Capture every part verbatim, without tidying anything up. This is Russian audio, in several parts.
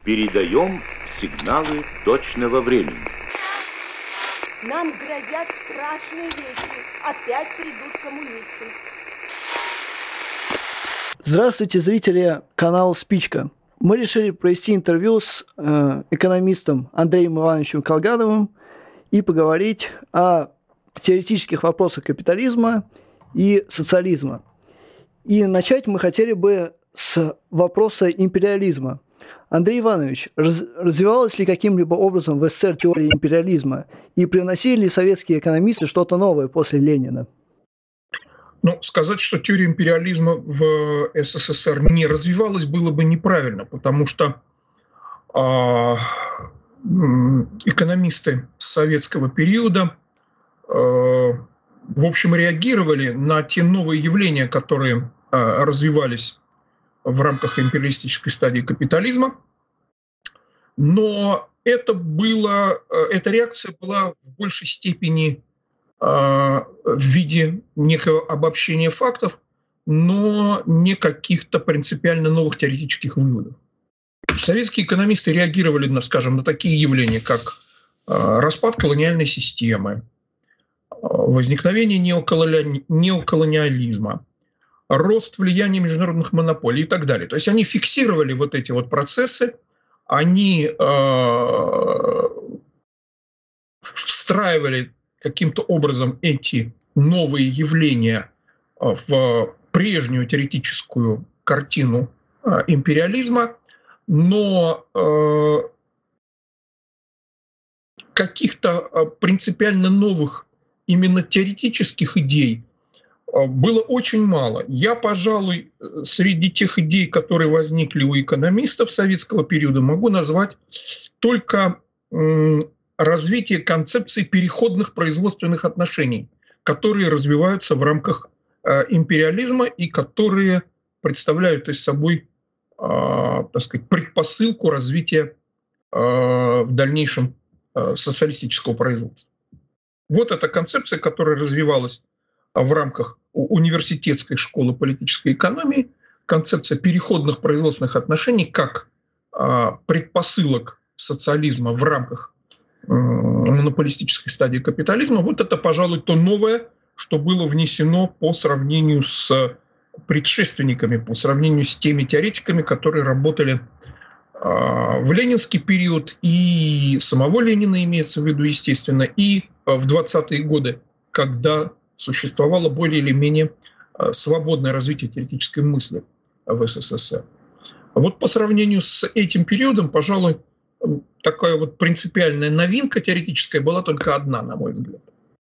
Передаем сигналы точного времени. Нам грозят страшные вещи. Опять придут коммунисты. Здравствуйте, зрители канала «Спичка». Мы решили провести интервью с э, экономистом Андреем Ивановичем Колгановым и поговорить о теоретических вопросах капитализма и социализма. И начать мы хотели бы с вопроса империализма. Андрей Иванович, раз, развивалась ли каким-либо образом в СССР теория империализма и приносили ли советские экономисты что-то новое после Ленина? Ну, сказать, что теория империализма в СССР не развивалась, было бы неправильно, потому что э, экономисты советского периода, э, в общем, реагировали на те новые явления, которые э, развивались в рамках империалистической стадии капитализма, но это было, эта реакция была в большей степени в виде некого обобщения фактов, но не каких-то принципиально новых теоретических выводов. Советские экономисты реагировали, на, скажем, на такие явления, как распад колониальной системы, возникновение неоколониализма, рост влияния международных монополий и так далее. То есть они фиксировали вот эти вот процессы, они э, встраивали каким-то образом эти новые явления в прежнюю теоретическую картину э, империализма, но э, каких-то принципиально новых именно теоретических идей было очень мало. Я, пожалуй, среди тех идей, которые возникли у экономистов советского периода, могу назвать только развитие концепции переходных производственных отношений, которые развиваются в рамках империализма и которые представляют из собой, так сказать, предпосылку развития в дальнейшем социалистического производства. Вот эта концепция, которая развивалась в рамках университетской школы политической экономии, концепция переходных производственных отношений как э, предпосылок социализма в рамках э, монополистической стадии капитализма, вот это, пожалуй, то новое, что было внесено по сравнению с предшественниками, по сравнению с теми теоретиками, которые работали э, в ленинский период, и самого Ленина имеется в виду, естественно, и э, в двадцатые годы, когда существовало более или менее свободное развитие теоретической мысли в СССР. Вот по сравнению с этим периодом, пожалуй, такая вот принципиальная новинка теоретическая была только одна, на мой взгляд.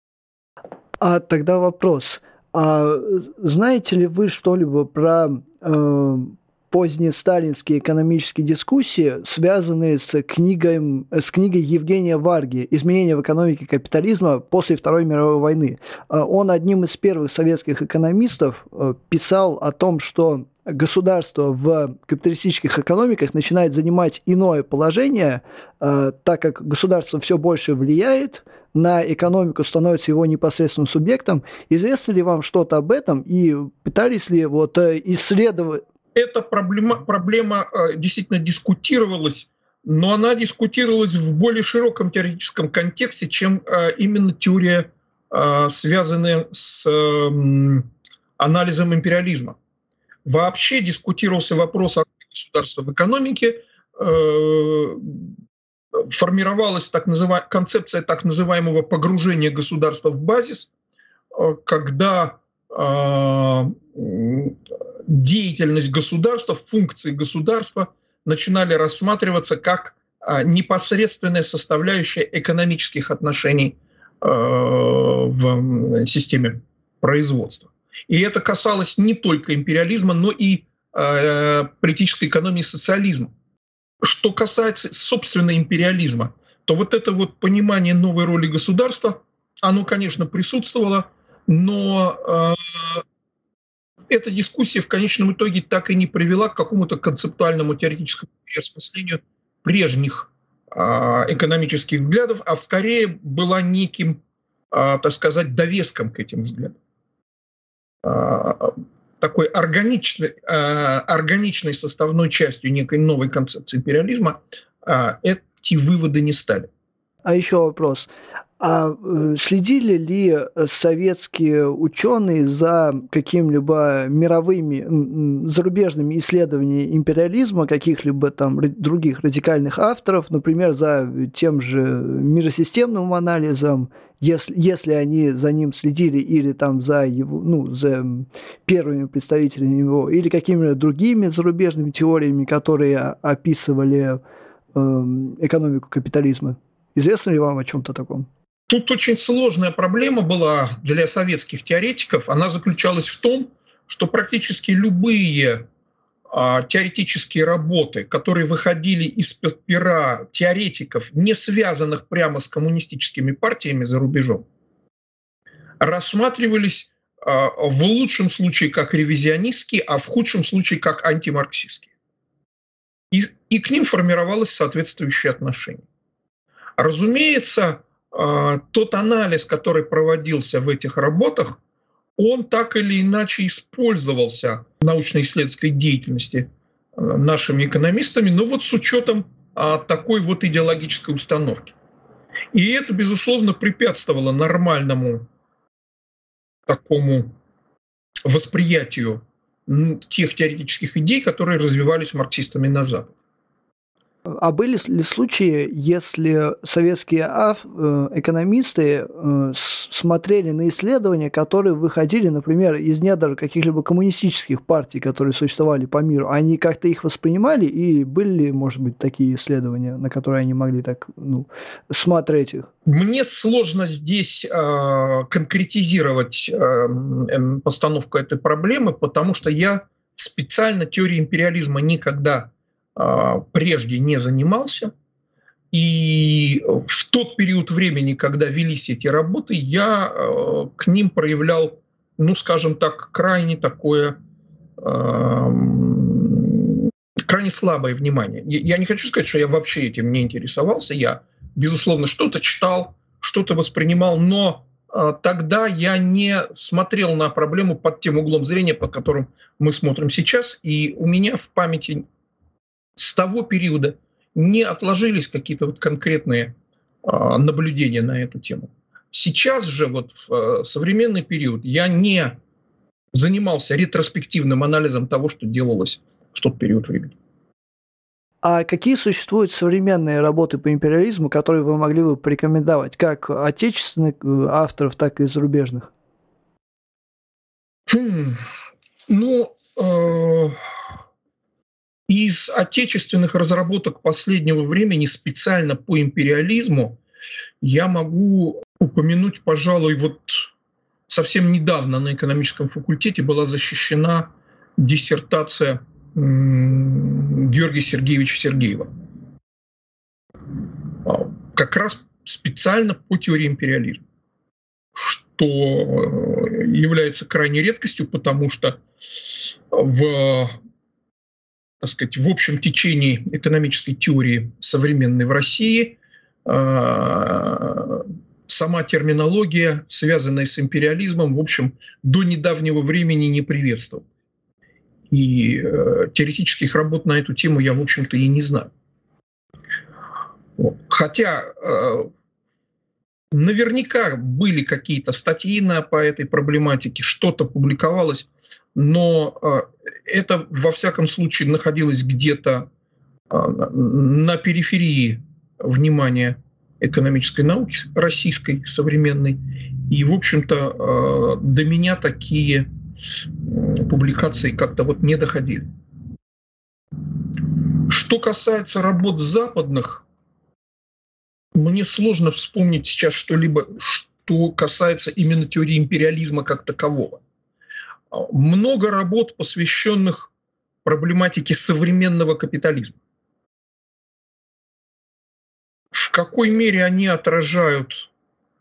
А тогда вопрос. А знаете ли вы что-либо про э, поздние сталинские экономические дискуссии, связанные с книгой, с книгой Евгения Варги «Изменения в экономике капитализма после Второй мировой войны». Он одним из первых советских экономистов писал о том, что государство в капиталистических экономиках начинает занимать иное положение, так как государство все больше влияет на экономику, становится его непосредственным субъектом. Известно ли вам что-то об этом и пытались ли вот исследовать? Эта проблема, проблема э, действительно дискутировалась, но она дискутировалась в более широком теоретическом контексте, чем э, именно теория, э, связанная с э, анализом империализма. Вообще дискутировался вопрос о государстве в экономике, э, формировалась так называ- концепция так называемого погружения государства в базис, э, когда э, деятельность государства, функции государства начинали рассматриваться как а, непосредственная составляющая экономических отношений а, в системе производства. И это касалось не только империализма, но и а, политической экономии социализма. Что касается, собственно, империализма, то вот это вот понимание новой роли государства, оно, конечно, присутствовало, но а, эта дискуссия в конечном итоге так и не привела к какому-то концептуальному теоретическому переосмыслению прежних а, экономических взглядов, а скорее была неким, а, так сказать, довеском к этим взглядам. А, такой органичной, органичной составной частью некой новой концепции империализма, эти выводы не стали. А еще вопрос. А следили ли советские ученые за какими-либо мировыми, зарубежными исследованиями империализма, каких-либо там других радикальных авторов, например, за тем же миросистемным анализом, если, если они за ним следили, или там за его, ну, за первыми представителями его, или какими-то другими зарубежными теориями, которые описывали э, экономику капитализма? Известно ли вам о чем-то таком? Тут очень сложная проблема была для советских теоретиков. Она заключалась в том, что практически любые а, теоретические работы, которые выходили из-под пера теоретиков, не связанных прямо с коммунистическими партиями за рубежом, рассматривались а, в лучшем случае как ревизионистские, а в худшем случае как антимарксистские. И, и к ним формировалось соответствующее отношение. Разумеется, тот анализ, который проводился в этих работах, он так или иначе использовался в научно-исследовательской деятельности нашими экономистами, но вот с учетом такой вот идеологической установки. И это, безусловно, препятствовало нормальному такому восприятию тех теоретических идей, которые развивались марксистами на Западе. А были ли случаи, если советские экономисты смотрели на исследования, которые выходили, например, из недр каких-либо коммунистических партий, которые существовали по миру, они как-то их воспринимали, и были ли, может быть, такие исследования, на которые они могли так, ну, смотреть их? Мне сложно здесь э, конкретизировать э, постановку этой проблемы, потому что я специально теорией империализма никогда прежде не занимался. И в тот период времени, когда велись эти работы, я к ним проявлял, ну, скажем так, крайне такое, крайне слабое внимание. Я не хочу сказать, что я вообще этим не интересовался. Я, безусловно, что-то читал, что-то воспринимал, но тогда я не смотрел на проблему под тем углом зрения, под которым мы смотрим сейчас. И у меня в памяти с того периода не отложились какие-то вот конкретные а, наблюдения на эту тему. Сейчас же, вот в а, современный период, я не занимался ретроспективным анализом того, что делалось в тот период времени. А какие существуют современные работы по империализму, которые вы могли бы порекомендовать, как отечественных авторов, так и зарубежных? Хм, ну... Э- Из отечественных разработок последнего времени специально по империализму я могу упомянуть, пожалуй, вот совсем недавно на экономическом факультете была защищена диссертация Георгия Сергеевича Сергеева. Как раз специально по теории империализма, что является крайней редкостью, потому что в так сказать, в общем течении экономической теории современной в России э, сама терминология, связанная с империализмом, в общем, до недавнего времени не приветствовала. И э, теоретических работ на эту тему я, в общем-то, и не знаю. Хотя э, наверняка были какие-то статьи на, по этой проблематике, что-то публиковалось, но э, это, во всяком случае, находилось где-то э, на периферии внимания экономической науки российской, современной. И, в общем-то, э, до меня такие э, публикации как-то вот не доходили. Что касается работ западных, мне сложно вспомнить сейчас что-либо, что касается именно теории империализма как такового. Много работ, посвященных проблематике современного капитализма. В какой мере они отражают,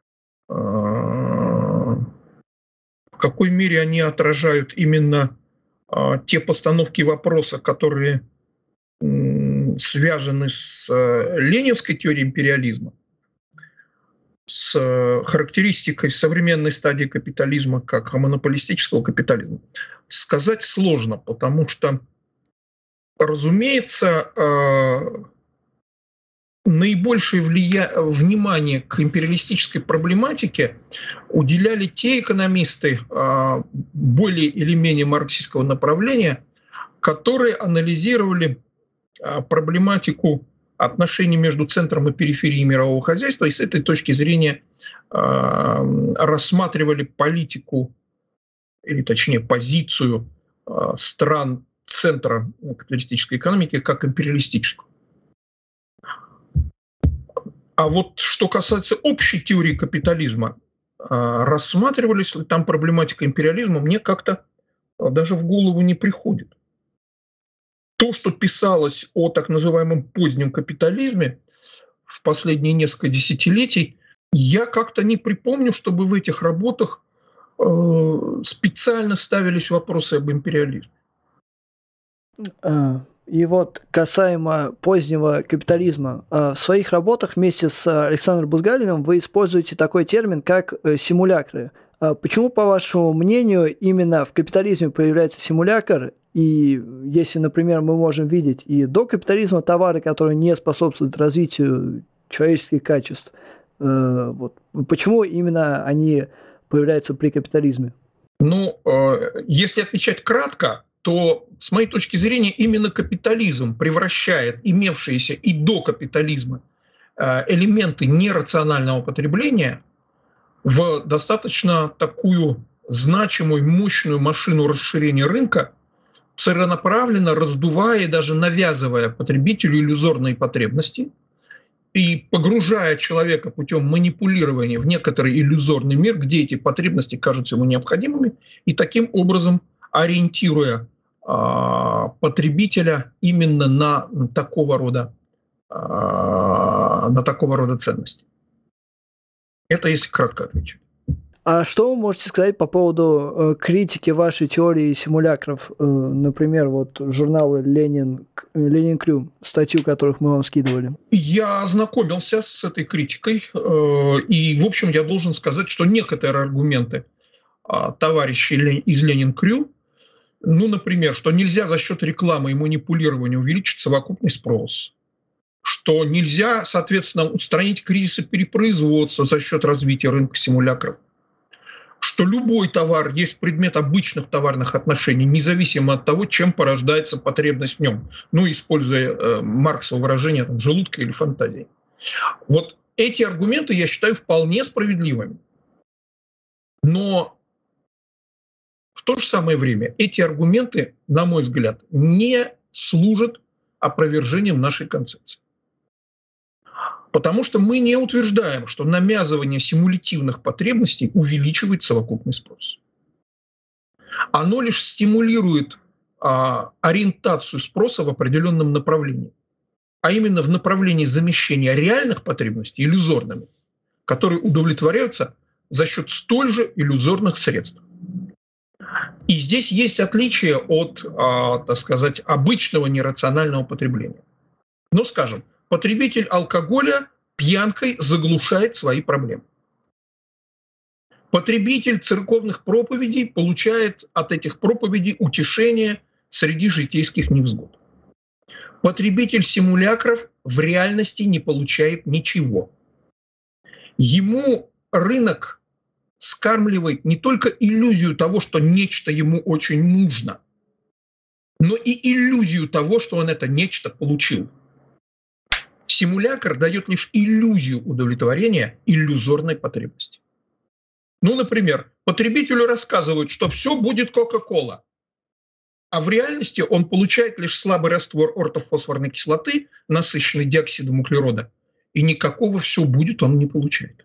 в какой мере они отражают именно те постановки вопроса, которые связаны с ленинской теорией империализма, с характеристикой современной стадии капитализма как монополистического капитализма сказать сложно, потому что, разумеется, наибольшее влия... внимание к империалистической проблематике уделяли те экономисты более или менее марксистского направления, которые анализировали проблематику отношений между центром и периферией мирового хозяйства, и с этой точки зрения э, рассматривали политику, или точнее позицию э, стран центра капиталистической экономики как империалистическую. А вот что касается общей теории капитализма, э, рассматривались ли там проблематика империализма, мне как-то даже в голову не приходит. То, что писалось о так называемом позднем капитализме в последние несколько десятилетий, я как-то не припомню, чтобы в этих работах э, специально ставились вопросы об империализме. И вот касаемо позднего капитализма, в своих работах вместе с Александром Бузгалиным вы используете такой термин, как симулякры. Почему, по вашему мнению, именно в капитализме появляется симулякр? И если, например, мы можем видеть и до капитализма товары, которые не способствуют развитию человеческих качеств, э, вот, почему именно они появляются при капитализме? Ну, э, если отвечать кратко, то, с моей точки зрения, именно капитализм превращает имевшиеся и до капитализма э, элементы нерационального потребления в достаточно такую значимую, мощную машину расширения рынка, целенаправленно раздувая и даже навязывая потребителю иллюзорные потребности и погружая человека путем манипулирования в некоторый иллюзорный мир, где эти потребности кажутся ему необходимыми, и таким образом ориентируя э, потребителя именно на такого рода, э, на такого рода ценности. Это если кратко отвечать. А что вы можете сказать по поводу э, критики вашей теории симулякров? Э, например, вот журналы «Ленин», «Ленин Крю», статью которых мы вам скидывали. Я ознакомился с этой критикой, э, и, в общем, я должен сказать, что некоторые аргументы э, товарищей из «Ленин Крю», ну, например, что нельзя за счет рекламы и манипулирования увеличить совокупный спрос, что нельзя, соответственно, устранить кризисы перепроизводства за счет развития рынка симулякров, что любой товар есть предмет обычных товарных отношений, независимо от того, чем порождается потребность в нем. Ну, используя э, Марксово выражение там, желудка или фантазии. Вот эти аргументы я считаю вполне справедливыми. Но в то же самое время эти аргументы, на мой взгляд, не служат опровержением нашей концепции. Потому что мы не утверждаем, что намязывание симулятивных потребностей увеличивает совокупный спрос. Оно лишь стимулирует а, ориентацию спроса в определенном направлении, а именно в направлении замещения реальных потребностей иллюзорными, которые удовлетворяются за счет столь же иллюзорных средств. И здесь есть отличие от, а, так сказать, обычного нерационального потребления. Но, скажем, потребитель алкоголя пьянкой заглушает свои проблемы. Потребитель церковных проповедей получает от этих проповедей утешение среди житейских невзгод. Потребитель симулякров в реальности не получает ничего. Ему рынок скармливает не только иллюзию того, что нечто ему очень нужно, но и иллюзию того, что он это нечто получил. Симулякр дает лишь иллюзию удовлетворения иллюзорной потребности. Ну, например, потребителю рассказывают, что все будет Кока-Кола, а в реальности он получает лишь слабый раствор ортофосфорной кислоты, насыщенный диоксидом углерода, и никакого «все будет» он не получает.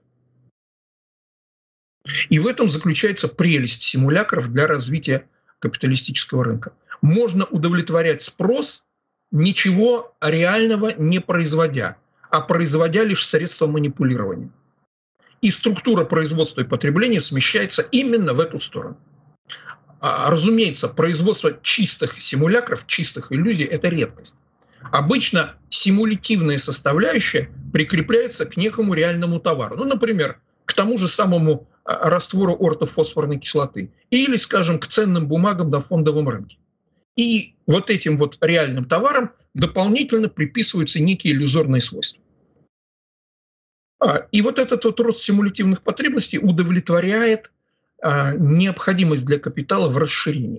И в этом заключается прелесть симулякров для развития капиталистического рынка. Можно удовлетворять спрос, ничего реального не производя, а производя лишь средства манипулирования. И структура производства и потребления смещается именно в эту сторону. А, разумеется, производство чистых симулякров, чистых иллюзий – это редкость. Обычно симулятивная составляющая прикрепляется к некому реальному товару. Ну, например, к тому же самому раствору ортофосфорной кислоты или, скажем, к ценным бумагам на фондовом рынке. И вот этим вот реальным товарам дополнительно приписываются некие иллюзорные свойства. И вот этот вот рост стимулятивных потребностей удовлетворяет необходимость для капитала в расширении.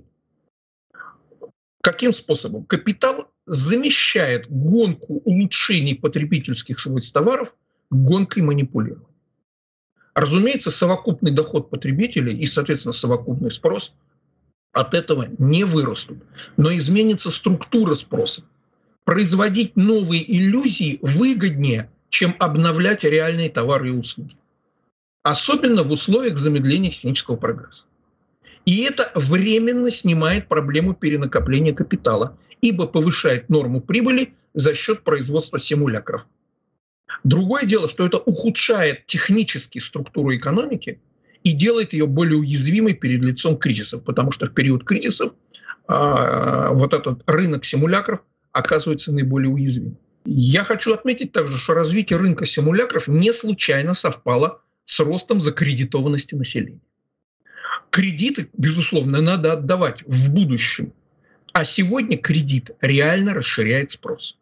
Каким способом? Капитал замещает гонку улучшений потребительских свойств товаров гонкой манипулирования. Разумеется, совокупный доход потребителей и, соответственно, совокупный спрос от этого не вырастут. Но изменится структура спроса. Производить новые иллюзии выгоднее, чем обновлять реальные товары и услуги. Особенно в условиях замедления технического прогресса. И это временно снимает проблему перенакопления капитала, ибо повышает норму прибыли за счет производства симулякров. Другое дело, что это ухудшает технически структуру экономики и делает ее более уязвимой перед лицом кризисов, потому что в период кризисов э, вот этот рынок симулякров оказывается наиболее уязвимым. Я хочу отметить также, что развитие рынка симулякров не случайно совпало с ростом закредитованности населения. Кредиты, безусловно, надо отдавать в будущем, а сегодня кредит реально расширяет спрос.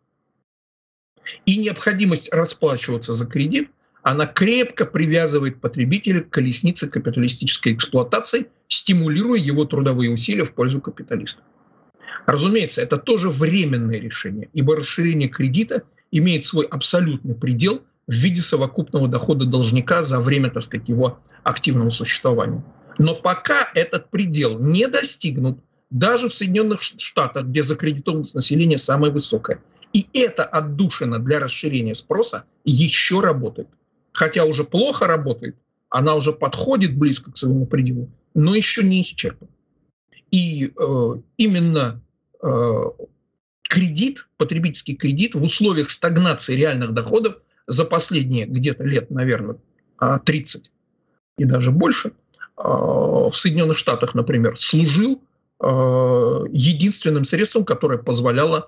И необходимость расплачиваться за кредит, она крепко привязывает потребителя к колеснице капиталистической эксплуатации, стимулируя его трудовые усилия в пользу капиталиста. Разумеется, это тоже временное решение, ибо расширение кредита имеет свой абсолютный предел в виде совокупного дохода должника за время, так сказать, его активного существования. Но пока этот предел не достигнут даже в Соединенных Штатах, где закредитованность населения самая высокая. И эта отдушина для расширения спроса еще работает. Хотя уже плохо работает, она уже подходит близко к своему пределу, но еще не исчерпана. И э, именно э, кредит, потребительский кредит в условиях стагнации реальных доходов за последние где-то лет, наверное, тридцать и даже больше, в Соединенных Штатах, например, служил единственным средством, которое позволяло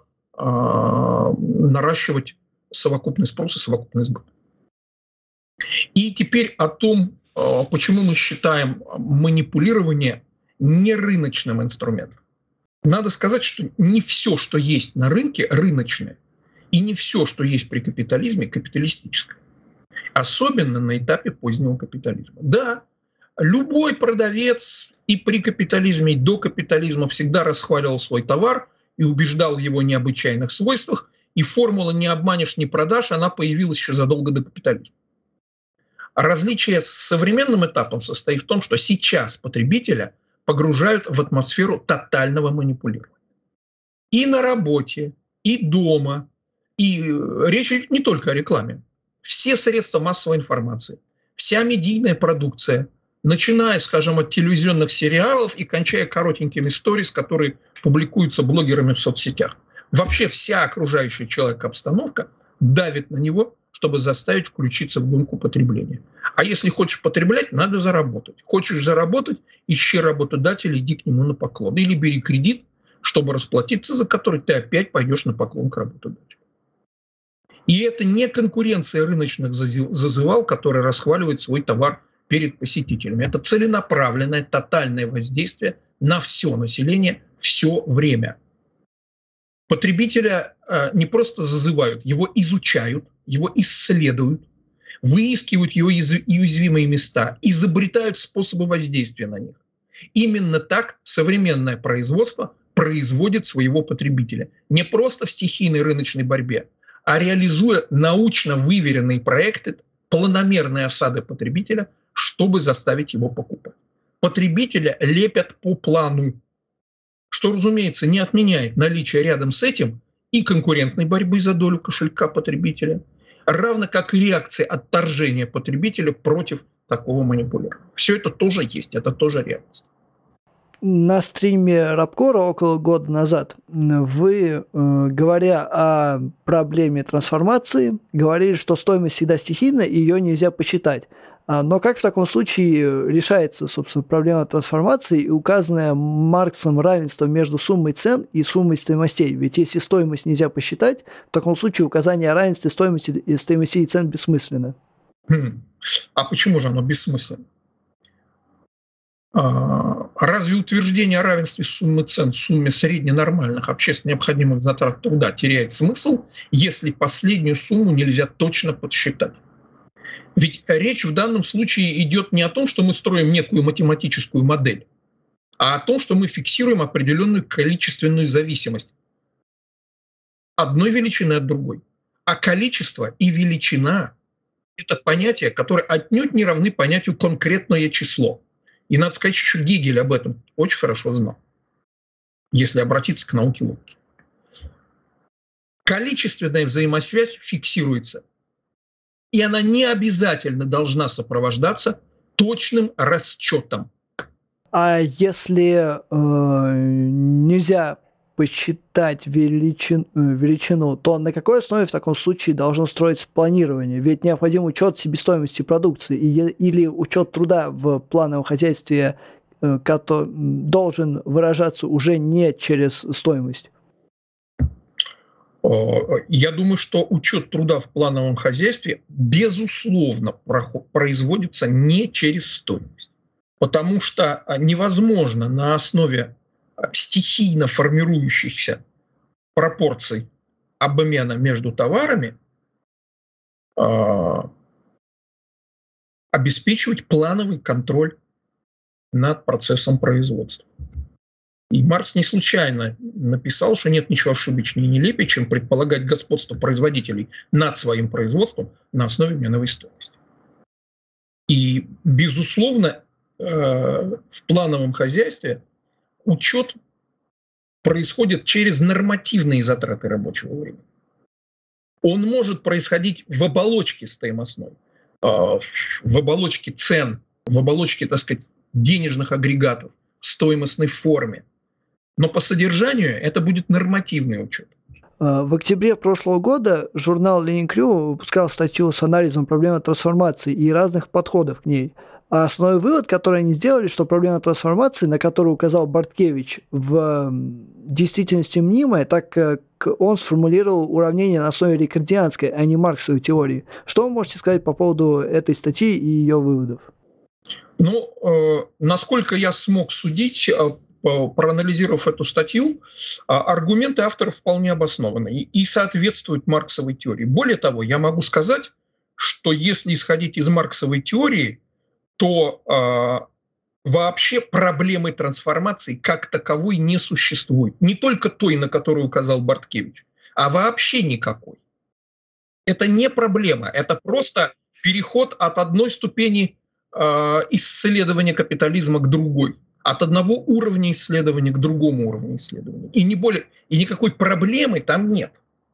наращивать совокупный спрос и совокупный сбыт. И теперь о том, почему мы считаем манипулирование нерыночным инструментом. Надо сказать, что не все, что есть на рынке, рыночное, и не все, что есть при капитализме, капиталистическое. Особенно на этапе позднего капитализма. Да, любой продавец и при капитализме, и до капитализма всегда расхваливал свой товар и убеждал в его необычайных свойствах, и формула «не обманешь, не продашь» она появилась еще задолго до капитализма. Различие с современным этапом состоит в том, что сейчас потребителя погружают в атмосферу тотального манипулирования. И на работе, и дома, и речь идет не только о рекламе. Все средства массовой информации, вся медийная продукция, начиная, скажем, от телевизионных сериалов и кончая коротенькими сторис, которые публикуются блогерами в соцсетях. Вообще вся окружающая человека обстановка давит на него, чтобы заставить включиться в гонку потребления. А если хочешь потреблять, надо заработать. Хочешь заработать, ищи работодателя, иди к нему на поклон. Или бери кредит, чтобы расплатиться, за который ты опять пойдешь на поклон к работодателю. И это не конкуренция рыночных зазывал, которые расхваливают свой товар перед посетителями. Это целенаправленное, тотальное воздействие на все население все время. Потребителя э, не просто зазывают, его изучают, его исследуют, выискивают его уязвимые места, изобретают способы воздействия на них. Именно так современное производство производит своего потребителя. Не просто в стихийной рыночной борьбе, а реализуя научно выверенные проекты, планомерные осады потребителя, чтобы заставить его покупать. Потребителя лепят по плану, что, разумеется, не отменяет наличие рядом с этим и конкурентной борьбы за долю кошелька потребителя, равно как и реакции отторжения потребителя против такого манипулирования. Все это тоже есть, это тоже реальность. на стриме Рабкора около года назад вы, говоря о проблеме трансформации, говорили, что стоимость всегда стихийна, и ее нельзя посчитать. Но как в таком случае решается, собственно, проблема трансформации и указанное Марксом равенство между суммой цен и суммой стоимостей? Ведь если стоимость нельзя посчитать, в таком случае указание о равенстве стоимости и стоимостей и цен бессмысленно. Хм. А почему же оно бессмысленно? А, разве утверждение о равенстве суммы цен в сумме средненормальных общественно необходимых затрат труда теряет смысл, если последнюю сумму нельзя точно подсчитать? Ведь речь в данном случае идет не о том, что мы строим некую математическую модель, а о том, что мы фиксируем определенную количественную зависимость одной величины от другой. А количество и величина – это понятия, которые отнюдь не равны понятию конкретное число. И надо сказать, что Гегель об этом очень хорошо знал, если обратиться к науке логики. Количественная взаимосвязь фиксируется, и она не обязательно должна сопровождаться точным расчетом. А если э, нельзя посчитать величин, величину, то на какой основе в таком случае должно строиться планирование? Ведь необходим учет себестоимости продукции и, или учет труда в плановом хозяйстве, э, который должен выражаться уже не через стоимость. Я думаю, что учет труда в плановом хозяйстве, безусловно, производится не через стоимость. Потому что невозможно на основе стихийно формирующихся пропорций обмена между товарами обеспечивать плановый контроль над процессом производства. И Маркс не случайно написал, что нет ничего ошибочнее и нелепее, чем предполагать господство производителей над своим производством на основе меновой стоимости. И, безусловно, в плановом хозяйстве учет происходит через нормативные затраты рабочего времени. Он может происходить в оболочке стоимостной, в оболочке цен, в оболочке, так сказать, денежных агрегатов, в стоимостной форме. Но по содержанию это будет нормативный учет. В октябре прошлого года журнал «Ленин-Крю» выпускал статью с анализом проблемы трансформации и разных подходов к ней. А основной вывод, который они сделали, что проблема трансформации, на которую указал Борткевич, в действительности мнимая, так как он сформулировал уравнение на основе рикардианской, а не марксовой теории. Что вы можете сказать по поводу этой статьи и ее выводов? Ну, э, насколько я смог судить, проанализировав эту статью, аргументы авторов вполне обоснованы и, и соответствуют марксовой теории. Более того, я могу сказать, что если исходить из марксовой теории, то э, вообще проблемы трансформации как таковой не существует. Не только той, на которую указал Борткевич, а вообще никакой. Это не проблема, это просто переход от одной ступени э, исследования капитализма к другой. От одного уровня исследования к другому уровню исследования. И, не более, и никакой проблемы там нет.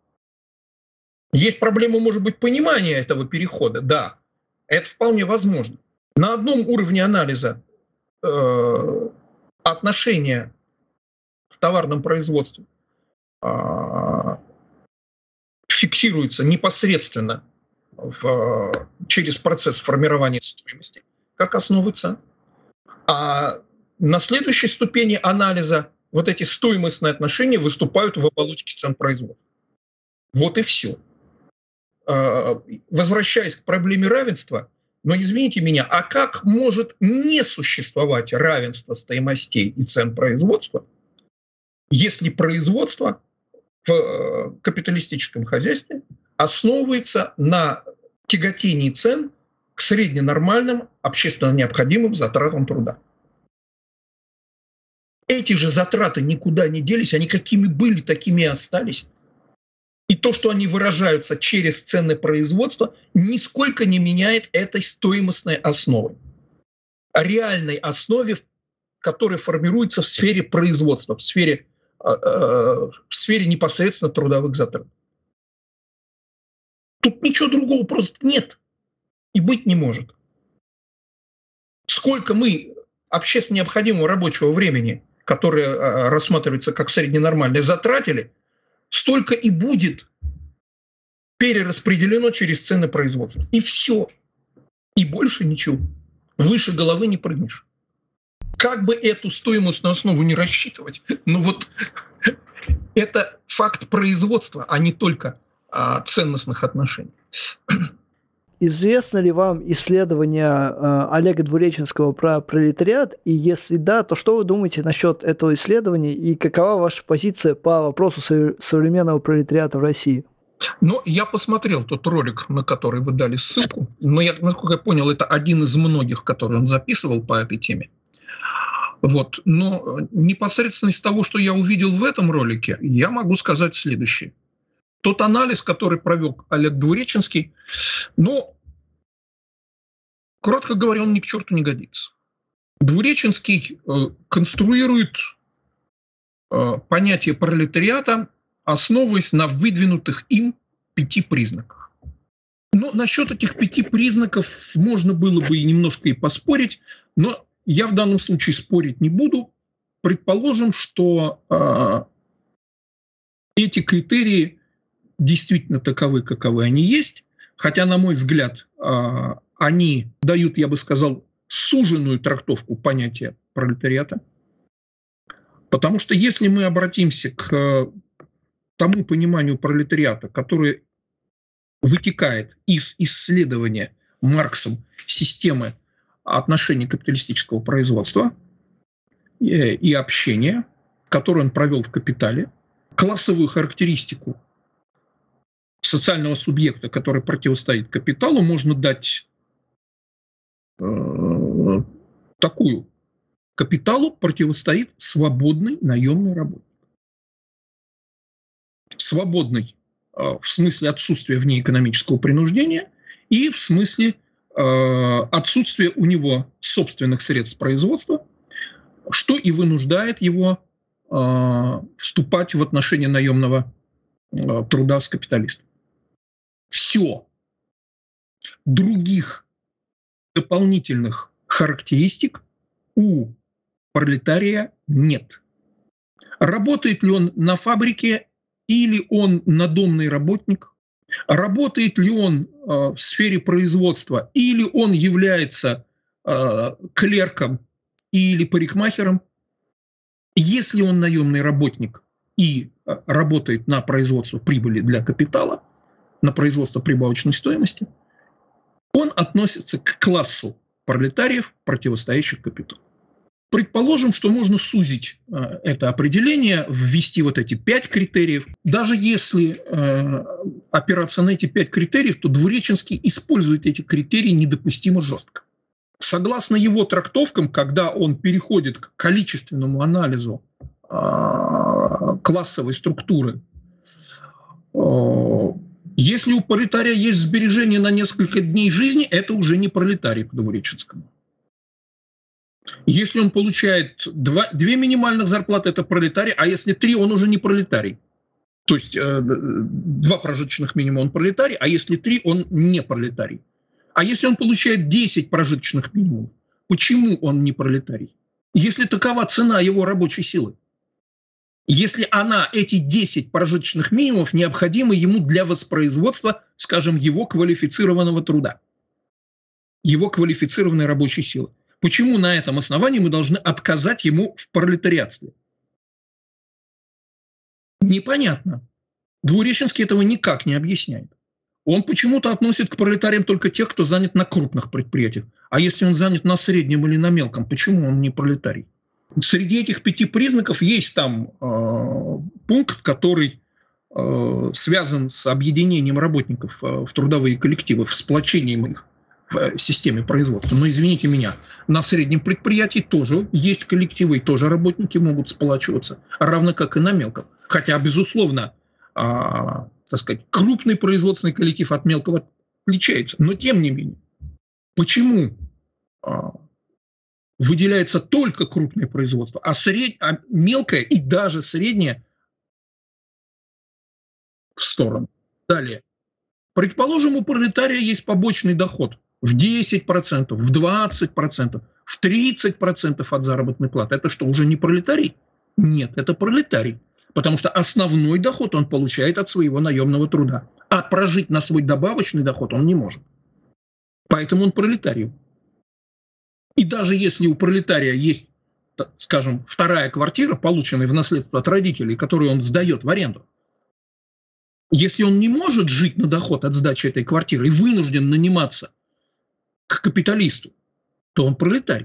Есть проблема, может быть, понимания этого перехода, да, это вполне возможно. На одном уровне анализа э, отношения в товарном производстве э, фиксируются непосредственно в, через процесс формирования стоимости как основы цен. А на следующей ступени анализа вот эти стоимостные отношения выступают в оболочке цен производства. Вот и все. Возвращаясь к проблеме равенства, но извините меня, а как может не существовать равенство стоимостей и цен производства, если производство в капиталистическом хозяйстве основывается на тяготении цен к средненормальным, общественно необходимым затратам труда? Эти же затраты никуда не делись, они какими были, такими и остались. И то, что они выражаются через цены производства, нисколько не меняет этой стоимостной основы. Реальной основе, которая формируется в сфере производства, в сфере, э, э, в сфере непосредственно трудовых затрат. Тут ничего другого просто нет и быть не может. Сколько мы общественно необходимого рабочего времени, которое рассматривается как средненормальное, затратили, столько и будет перераспределено через цены производства. И все. И больше ничего. Выше головы не прыгнешь. Как бы эту стоимостную основу не рассчитывать, но вот это факт производства, а не только а, ценностных отношений. Известно ли вам исследование э, Олега Двуреченского про пролетариат? И если да, то что вы думаете насчет этого исследования и какова ваша позиция по вопросу со- современного пролетариата в России? Ну, я посмотрел тот ролик, на который вы дали ссылку, но, я, насколько я понял, это один из многих, который он записывал по этой теме. Вот. Но непосредственно из того, что я увидел в этом ролике, я могу сказать следующее. Тот анализ, который провел Олег Двуреченский, ну, коротко говоря, он ни к черту не годится. Двуреченский э, конструирует э, понятие пролетариата, основываясь на выдвинутых им пяти признаках. Но насчет этих пяти признаков можно было бы и немножко и поспорить, но я в данном случае спорить не буду. Предположим, что э, эти критерии действительно таковы, каковы они есть, хотя, на мой взгляд, э, они дают, я бы сказал, суженную трактовку понятия пролетариата. Потому что если мы обратимся к тому пониманию пролетариата, которое вытекает из исследования Марксом системы отношений капиталистического производства и общения, которое он провел в «Капитале», классовую характеристику социального субъекта, который противостоит капиталу, можно дать э, такую. Капиталу противостоит свободный наемный работник. Свободный э, в смысле отсутствия вне экономического принуждения и в смысле э, отсутствия у него собственных средств производства, что и вынуждает его э, вступать в отношения наемного э, труда с капиталистом. Все. Других дополнительных характеристик у пролетария нет. Работает ли он на фабрике или он надомный работник? Работает ли он э, в сфере производства или он является э, клерком или парикмахером? Если он наемный работник и э, работает на производство прибыли для капитала, на производство прибавочной стоимости, он относится к классу пролетариев, противостоящих капиталу. Предположим, что можно сузить э, это определение, ввести вот эти пять критериев. Даже если э, опираться на эти пять критериев, то Двуреченский использует эти критерии недопустимо жестко. Согласно его трактовкам, когда он переходит к количественному анализу э, классовой структуры, э, если у пролетария есть сбережения на несколько дней жизни, это уже не пролетарий по Двуреченскому. Если он получает два, две минимальных зарплаты, это пролетарий, а если три, он уже не пролетарий. То есть э, два прожиточных минимума, он пролетарий, а если три, он не пролетарий. А если он получает десять прожиточных минимумов, почему он не пролетарий? Если такова цена его рабочей силы. Если она, эти десять прожиточных минимумов, необходимы ему для воспроизводства, скажем, его квалифицированного труда, его квалифицированной рабочей силы. Почему на этом основании мы должны отказать ему в пролетариатстве? Непонятно. Двуреченский этого никак не объясняет. Он почему-то относит к пролетариям только тех, кто занят на крупных предприятиях. А если он занят на среднем или на мелком, почему он не пролетарий? Среди этих пяти признаков есть там э, пункт, который э, связан с объединением работников э, в трудовые коллективы, в сплочением их в системе производства. Но извините меня, на среднем предприятии тоже есть коллективы, и тоже работники могут сплачиваться, равно как и на мелком. Хотя, безусловно, э, так сказать, крупный производственный коллектив от мелкого отличается. Но тем не менее, почему э, выделяется только крупное производство, а, сред... а мелкое и даже среднее в сторону. Далее. Предположим, у пролетария есть побочный доход в десять процентов, в двадцать процентов, в тридцать процентов от заработной платы. Это что, уже не пролетарий? Нет, это пролетарий. Потому что основной доход он получает от своего наемного труда. А прожить на свой добавочный доход он не может. Поэтому он пролетарий. И даже если у пролетария есть, скажем, вторая квартира, полученная в наследство от родителей, которую он сдает в аренду, если он не может жить на доход от сдачи этой квартиры и вынужден наниматься к капиталисту, то он пролетарий.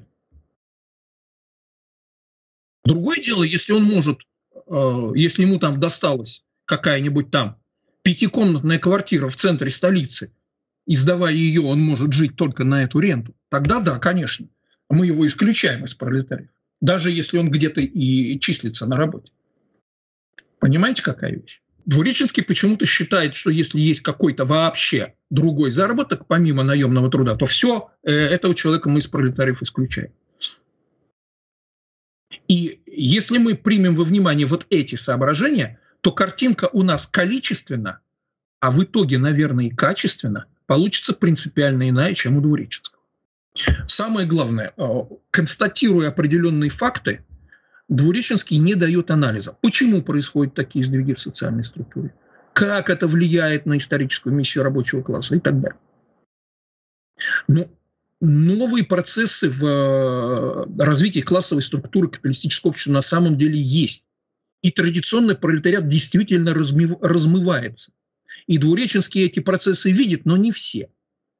Другое дело, если он может, э, если ему там досталась какая-нибудь там пятикомнатная квартира в центре столицы, и сдавая ее, он может жить только на эту ренту, тогда да, конечно, мы его исключаем из пролетариев, даже если он где-то и числится на работе. Понимаете, какая вещь? Двуреченский почему-то считает, что если есть какой-то вообще другой заработок, помимо наемного труда, то все, этого человека мы из пролетариев исключаем. И если мы примем во внимание вот эти соображения, то картинка у нас количественно, а в итоге, наверное, и качественно, получится принципиально иная, чем у Двуреченского. Самое главное, констатируя определенные факты, Двуреченский не дает анализа. Почему происходят такие сдвиги в социальной структуре? Как это влияет на историческую миссию рабочего класса и так далее. Но новые процессы в развитии классовой структуры капиталистического общества на самом деле есть. И традиционный пролетариат действительно размыв, размывается. И Двуреченский эти процессы видит, но не все.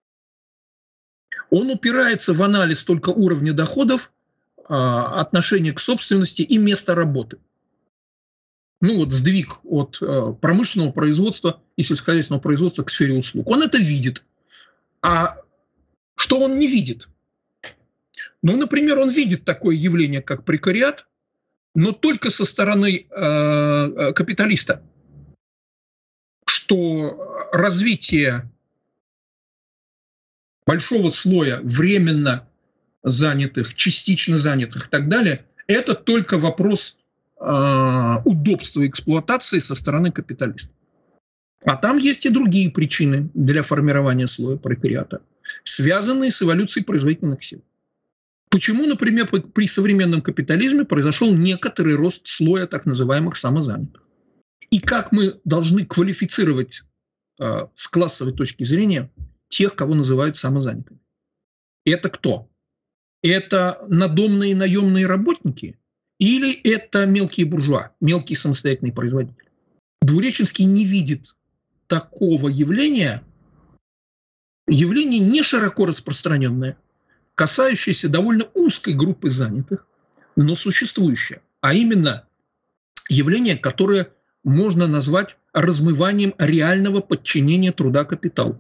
Он упирается в анализ только уровня доходов, отношение к собственности и место работы. Ну вот сдвиг от промышленного производства и сельскохозяйственного производства к сфере услуг. Он это видит. А что он не видит? Ну, например, он видит такое явление, как прекариат, но только со стороны э, капиталиста, что развитие большого слоя временно занятых, частично занятых и так далее, это только вопрос э, удобства эксплуатации со стороны капиталиста. А там есть и другие причины для формирования слоя прекариата, связанные с эволюцией производительных сил. Почему, например, при современном капитализме произошел некоторый рост слоя так называемых самозанятых? И как мы должны квалифицировать э, с классовой точки зрения тех, кого называют самозанятыми? Это кто? Это надомные наемные работники или это мелкие буржуа, мелкие самостоятельные производители? Двуреченский не видит такого явления, явление не широко распространенное, касающееся довольно узкой группы занятых, но существующее, а именно явление, которое можно назвать размыванием реального подчинения труда капиталу.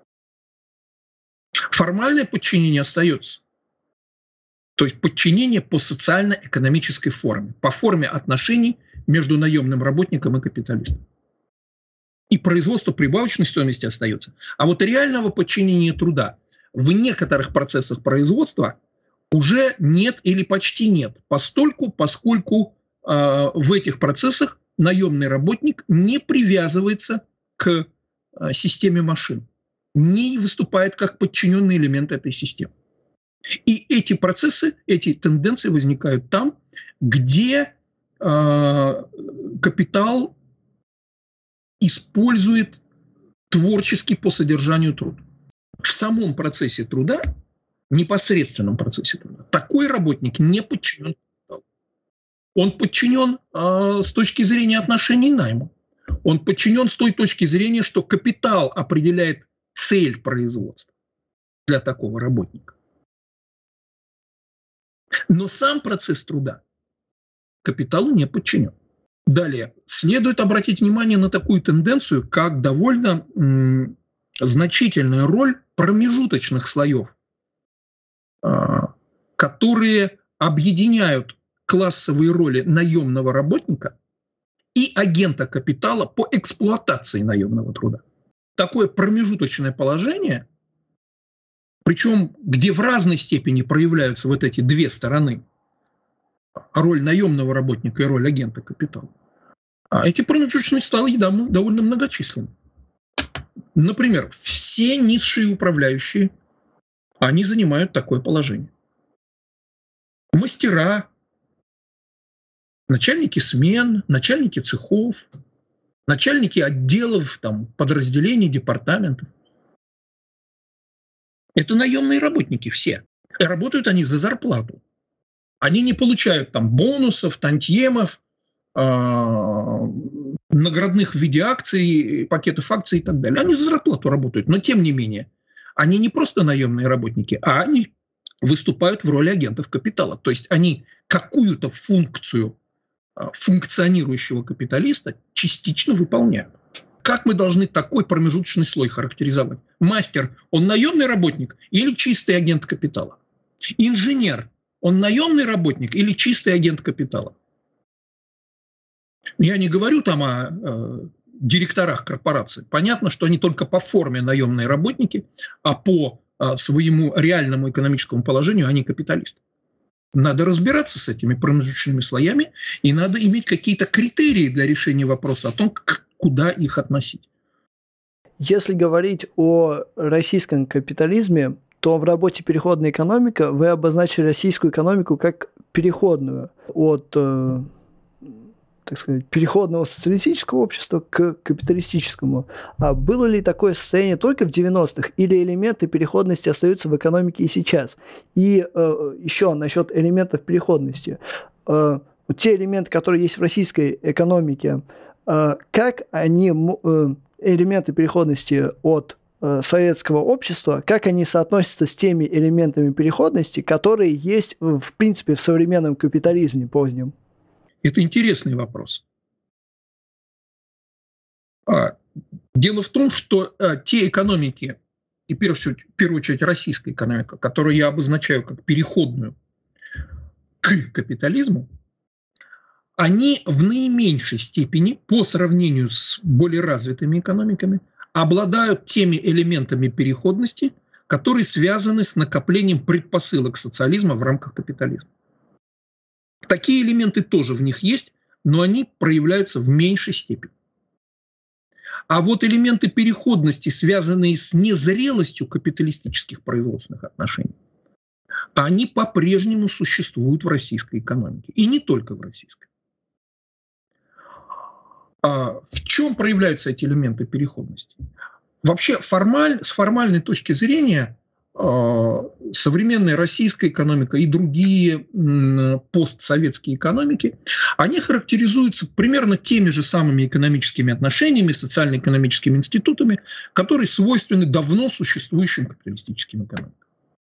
Формальное подчинение остается. То есть подчинение по социально-экономической форме, по форме отношений между наемным работником и капиталистом. И производство прибавочной стоимости остается. А вот реального подчинения труда в некоторых процессах производства уже нет или почти нет, постольку, поскольку э, в этих процессах наемный работник не привязывается к э, системе машин, не выступает как подчиненный элемент этой системы. И эти процессы, эти тенденции возникают там, где э, капитал использует творческий по содержанию труд. В самом процессе труда, непосредственном процессе труда, такой работник не подчинен капиталу. Он подчинен э, с точки зрения отношений найма. Он подчинен с той точки зрения, что капитал определяет цель производства для такого работника. Но сам процесс труда капиталу не подчинен. Далее, следует обратить внимание на такую тенденцию, как довольно м, значительная роль промежуточных слоев, э, которые объединяют классовые роли наемного работника и агента капитала по эксплуатации наемного труда. Такое промежуточное положение, причем где в разной степени проявляются вот эти две стороны, роль наемного работника и роль агента капитала, а эти промежуточные слои довольно многочисленны. Например, все низшие управляющие, они занимают такое положение. мастера, начальники смен, начальники цехов, начальники отделов, там, подразделений, департаментов. Это наемные работники все. И работают они за зарплату. Они не получают там бонусов, тантьемов, э, наградных в виде акций, пакетов акций и так далее. Они за зарплату работают. Но тем не менее, они не просто наемные работники, а они выступают в роли агентов капитала. То есть они какую-то функцию функционирующего капиталиста частично выполняют. Как мы должны такой промежуточный слой характеризовать? Мастер, он наемный работник или чистый агент капитала? Инженер, он наемный работник или чистый агент капитала? Я не говорю там о э, директорах корпораций. Понятно, что они только по форме наемные работники, а по э, своему реальному экономическому положению они капиталисты. Надо разбираться с этими промежуточными слоями, и надо иметь какие-то критерии для решения вопроса о том, куда их относить. Если говорить о российском капитализме, то в работе «Переходная экономика» вы обозначили российскую экономику как переходную от, э, так сказать, переходного социалистического общества к капиталистическому. А было ли такое состояние только в девяностых, или элементы переходности остаются в экономике и сейчас? И э, еще насчет элементов переходности. Э, те элементы, которые есть в российской экономике, э, как они, э, элементы переходности от э, советского общества, как они соотносятся с теми элементами переходности, которые есть, в принципе, в современном капитализме позднем? Это интересный вопрос. Дело в том, что те экономики, и в первую очередь российская экономика, которую я обозначаю как переходную к капитализму, они в наименьшей степени, по сравнению с более развитыми экономиками, обладают теми элементами переходности, которые связаны с накоплением предпосылок социализма в рамках капитализма. Такие элементы тоже в них есть, но они проявляются в меньшей степени. А вот элементы переходности, связанные с незрелостью капиталистических производственных отношений, они по-прежнему существуют в российской экономике. И не только в российской. А в чем проявляются эти элементы переходности? Вообще, формаль, с формальной точки зрения, современная российская экономика и другие постсоветские экономики, они характеризуются примерно теми же самыми экономическими отношениями, социально-экономическими институтами, которые свойственны давно существующим капиталистическим экономикам.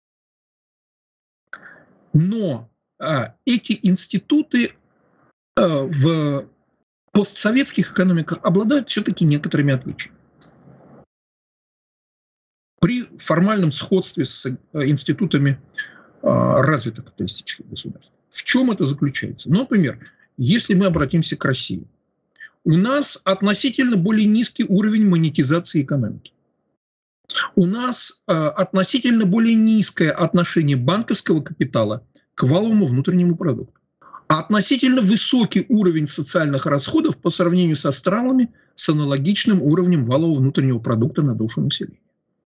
Но а, эти институты а, в постсоветских экономиках обладают все-таки некоторыми отличиями. При формальном сходстве с институтами а, развитых капиталистических государств. В чем это заключается? Ну, например, если мы обратимся к России, у нас относительно более низкий уровень монетизации экономики. У нас а, относительно более низкое отношение банковского капитала к валовому внутреннему продукту. А относительно высокий уровень социальных расходов по сравнению со странами с аналогичным уровнем валового внутреннего продукта на душу населения.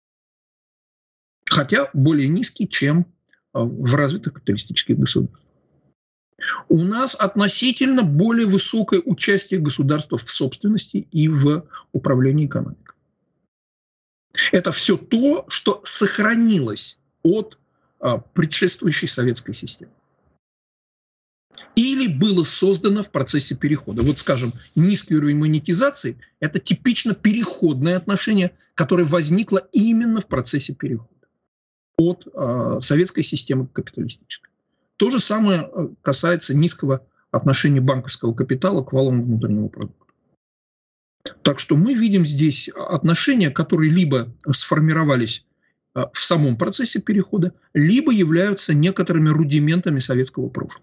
Хотя более низкий, чем в развитых капиталистических государствах. У нас относительно более высокое участие государства в собственности и в управлении экономикой. Это все то, что сохранилось от предшествующей советской системы. Или было создано в процессе перехода. Вот, скажем, низкий уровень монетизации – это типично переходное отношение, которое возникло именно в процессе перехода от э, советской системы к капиталистической. То же самое касается низкого отношения банковского капитала к валовому внутреннему продукту. Так что мы видим здесь отношения, которые либо сформировались э, в самом процессе перехода, либо являются некоторыми рудиментами советского прошлого.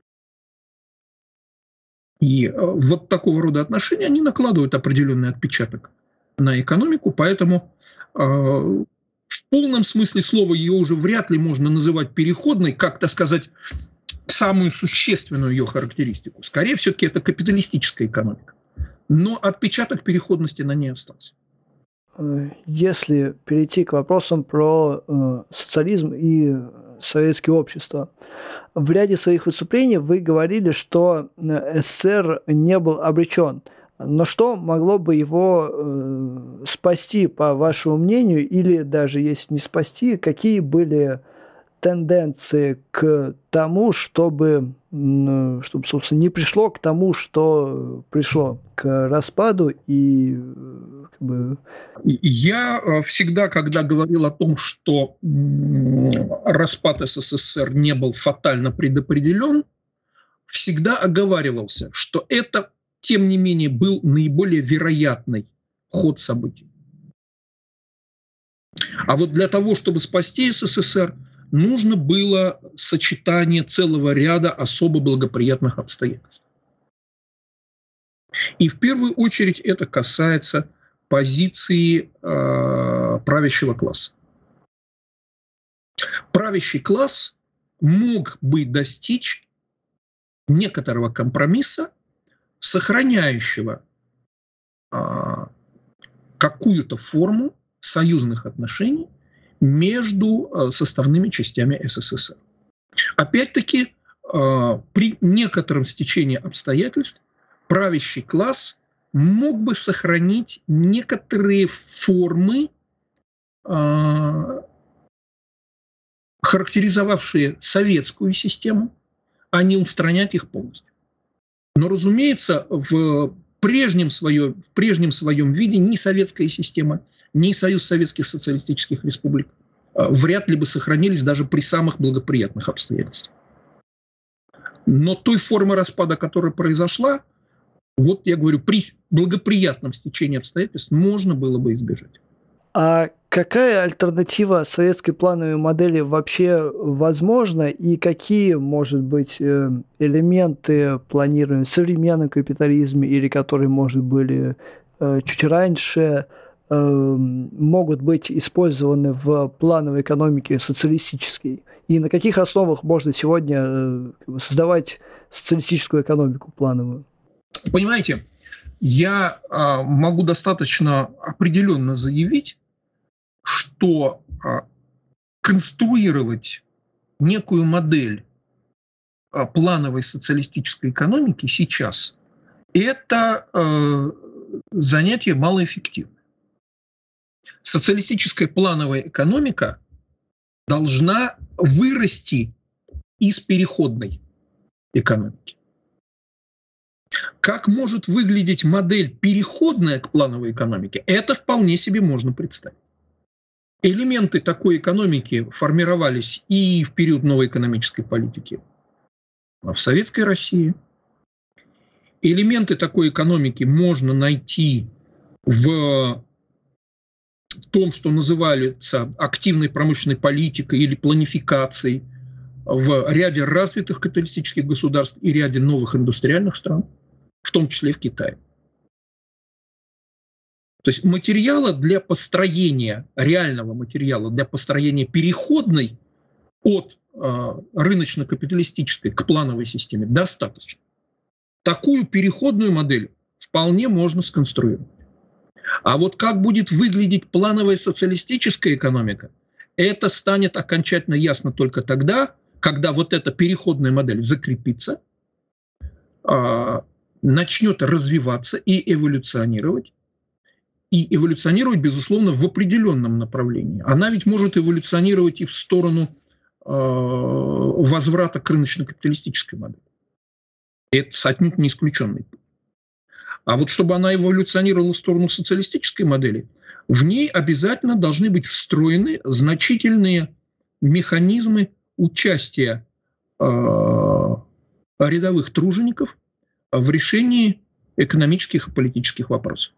И э, вот такого рода отношения, они накладывают определенный отпечаток на экономику, поэтому э, в полном смысле слова ее уже вряд ли можно называть переходной, как, так сказать, самую существенную ее характеристику. Скорее, все-таки это капиталистическая экономика. Но отпечаток переходности на ней остался. Если перейти к вопросам про э, социализм и советское общество. В ряде своих выступлений вы говорили, что СССР не был обречен. Но что могло бы его э, спасти, по вашему мнению, или даже если не спасти, какие были тенденции к тому, чтобы, чтобы, собственно, не пришло к тому, что пришло, к распаду и как бы... Я всегда, когда говорил о том, что распад СССР не был фатально предопределен, всегда оговаривался, что это, тем не менее, был наиболее вероятный ход событий. А вот для того, чтобы спасти СССР, нужно было сочетание целого ряда особо благоприятных обстоятельств. И в первую очередь это касается позиции э, правящего класса. Правящий класс мог бы достичь некоторого компромисса, сохраняющего э, какую-то форму союзных отношений между составными частями СССР. Опять-таки, при некотором стечении обстоятельств правящий класс мог бы сохранить некоторые формы, характеризовавшие советскую систему, а не устранять их полностью. Но, разумеется, в прежнем, свое, в прежнем своем виде ни советская система, ни Союз Советских Социалистических Республик вряд ли бы сохранились даже при самых благоприятных обстоятельствах. Но той формы распада, которая произошла, вот я говорю, при благоприятном стечении обстоятельств можно было бы избежать. А какая альтернатива советской плановой модели вообще возможна, и какие, может быть, элементы планирования в современном капитализме, или которые, может, были чуть раньше, могут быть использованы в плановой экономике социалистической? И на каких основах можно сегодня создавать социалистическую экономику плановую? Понимаете, я могу достаточно определенно заявить, что конструировать некую модель плановой социалистической экономики сейчас – это занятие малоэффективное. Социалистическая плановая экономика должна вырасти из переходной экономики. Как может выглядеть модель, переходная к плановой экономике, это вполне себе можно представить. Элементы такой экономики формировались и в период новой экономической политики в Советской России. Элементы такой экономики можно найти в том, что называется активной промышленной политикой или планификацией в ряде развитых капиталистических государств и ряде новых индустриальных стран, в том числе в Китае. То есть материала для построения, реального материала для построения переходной от э, рыночно-капиталистической к плановой системе достаточно. Такую переходную модель вполне можно сконструировать. А вот как будет выглядеть плановая социалистическая экономика, это станет окончательно ясно только тогда, когда вот эта переходная модель закрепится, э, начнет развиваться и эволюционировать. И эволюционировать, безусловно, в определенном направлении. Она ведь может эволюционировать и в сторону э, возврата к рыночно-капиталистической модели. Это отнюдь не исключенный путь. А вот чтобы она эволюционировала в сторону социалистической модели, в ней обязательно должны быть встроены значительные механизмы участия э, рядовых тружеников в решении экономических и политических вопросов.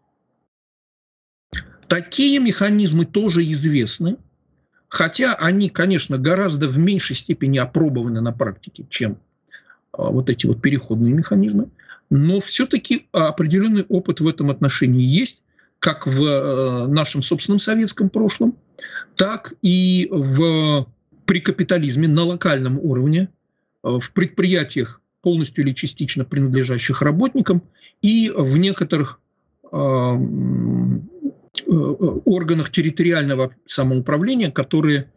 Такие механизмы тоже известны, хотя они, конечно, гораздо в меньшей степени опробованы на практике, чем а, вот эти вот переходные механизмы, но все-таки определенный опыт в этом отношении есть, как в а, нашем собственном советском прошлом, так и в, при капитализме на локальном уровне, а, в предприятиях, полностью или частично принадлежащих работникам, и в некоторых а, органах территориального самоуправления, которые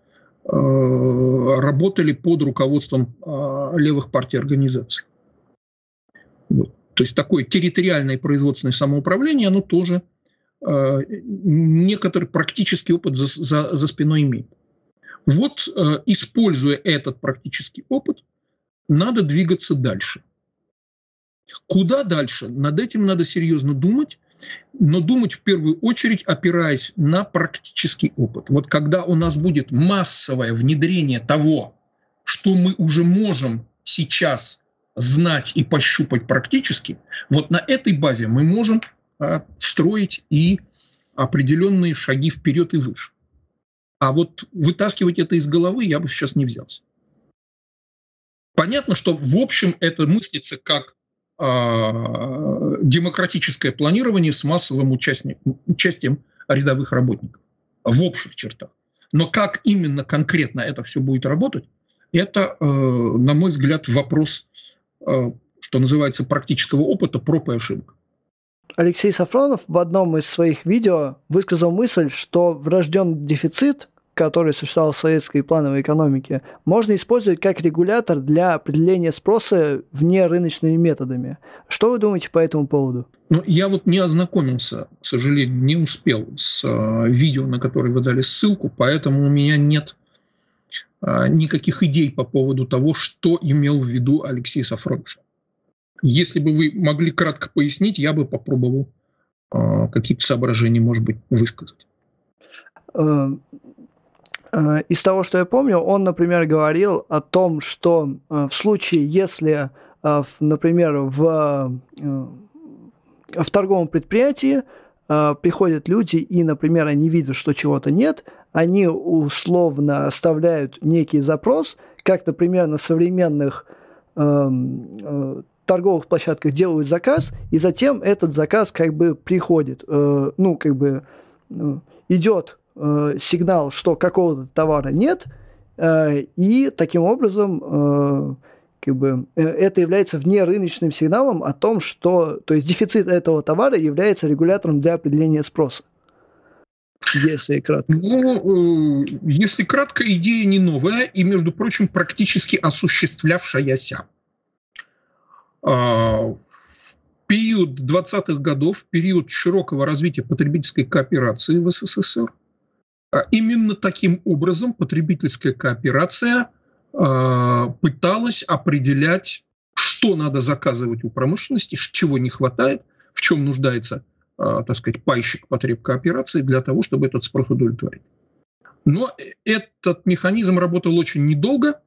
работали под руководством левых партий и организаций. Вот. То есть такое территориальное производственное самоуправление, оно тоже некоторый практический опыт за, за, за спиной имеет. Вот, используя этот практический опыт, надо двигаться дальше. Куда дальше? Над этим надо серьезно думать, но думать в первую очередь, опираясь на практический опыт. Вот когда у нас будет массовое внедрение того, что мы уже можем сейчас знать и пощупать практически, вот на этой базе мы можем а, строить и определенные шаги вперед и выше. А вот вытаскивать это из головы я бы сейчас не взялся. Понятно, что в общем это мыслится как э, демократическое планирование с массовым участием, участием рядовых работников в общих чертах. Но как именно конкретно это все будет работать, это, э, на мой взгляд, вопрос, э, что называется, практического опыта, проб и ошибок. Алексей Сафронов в одном из своих видео высказал мысль, что врожденный дефицит, который существовал в советской плановой экономике, можно использовать как регулятор для определения спроса внерыночными методами. Что вы думаете по этому поводу? Ну, я вот не ознакомился, к сожалению, не успел с э, видео, на которое вы дали ссылку, поэтому у меня нет э, никаких идей по поводу того, что имел в виду Алексей Сафронов. Если бы вы могли кратко пояснить, я бы попробовал э, какие-то соображения, может быть, высказать. Из того, что я помню, он, например, говорил о том, что в случае, если, например, в, в торговом предприятии приходят люди и, например, они видят, что чего-то нет, они условно оставляют некий запрос, как, например, на современных торговых площадках делают заказ, и затем этот заказ как бы приходит, э, ну, как бы э, идет э, сигнал, что какого-то товара нет, э, и таким образом э, как бы, э, это является внерыночным сигналом о том, что, то есть дефицит этого товара является регулятором для определения спроса. Если кратко. Ну, э, если кратко, идея не новая и, между прочим, практически осуществлявшаяся. В период двадцатых годов, в период широкого развития потребительской кооперации в СССР, именно таким образом потребительская кооперация пыталась определять, что надо заказывать у промышленности, чего не хватает, в чем нуждается, так сказать, пайщик потреб кооперации для того, чтобы этот спрос удовлетворить. Но этот механизм работал очень недолго.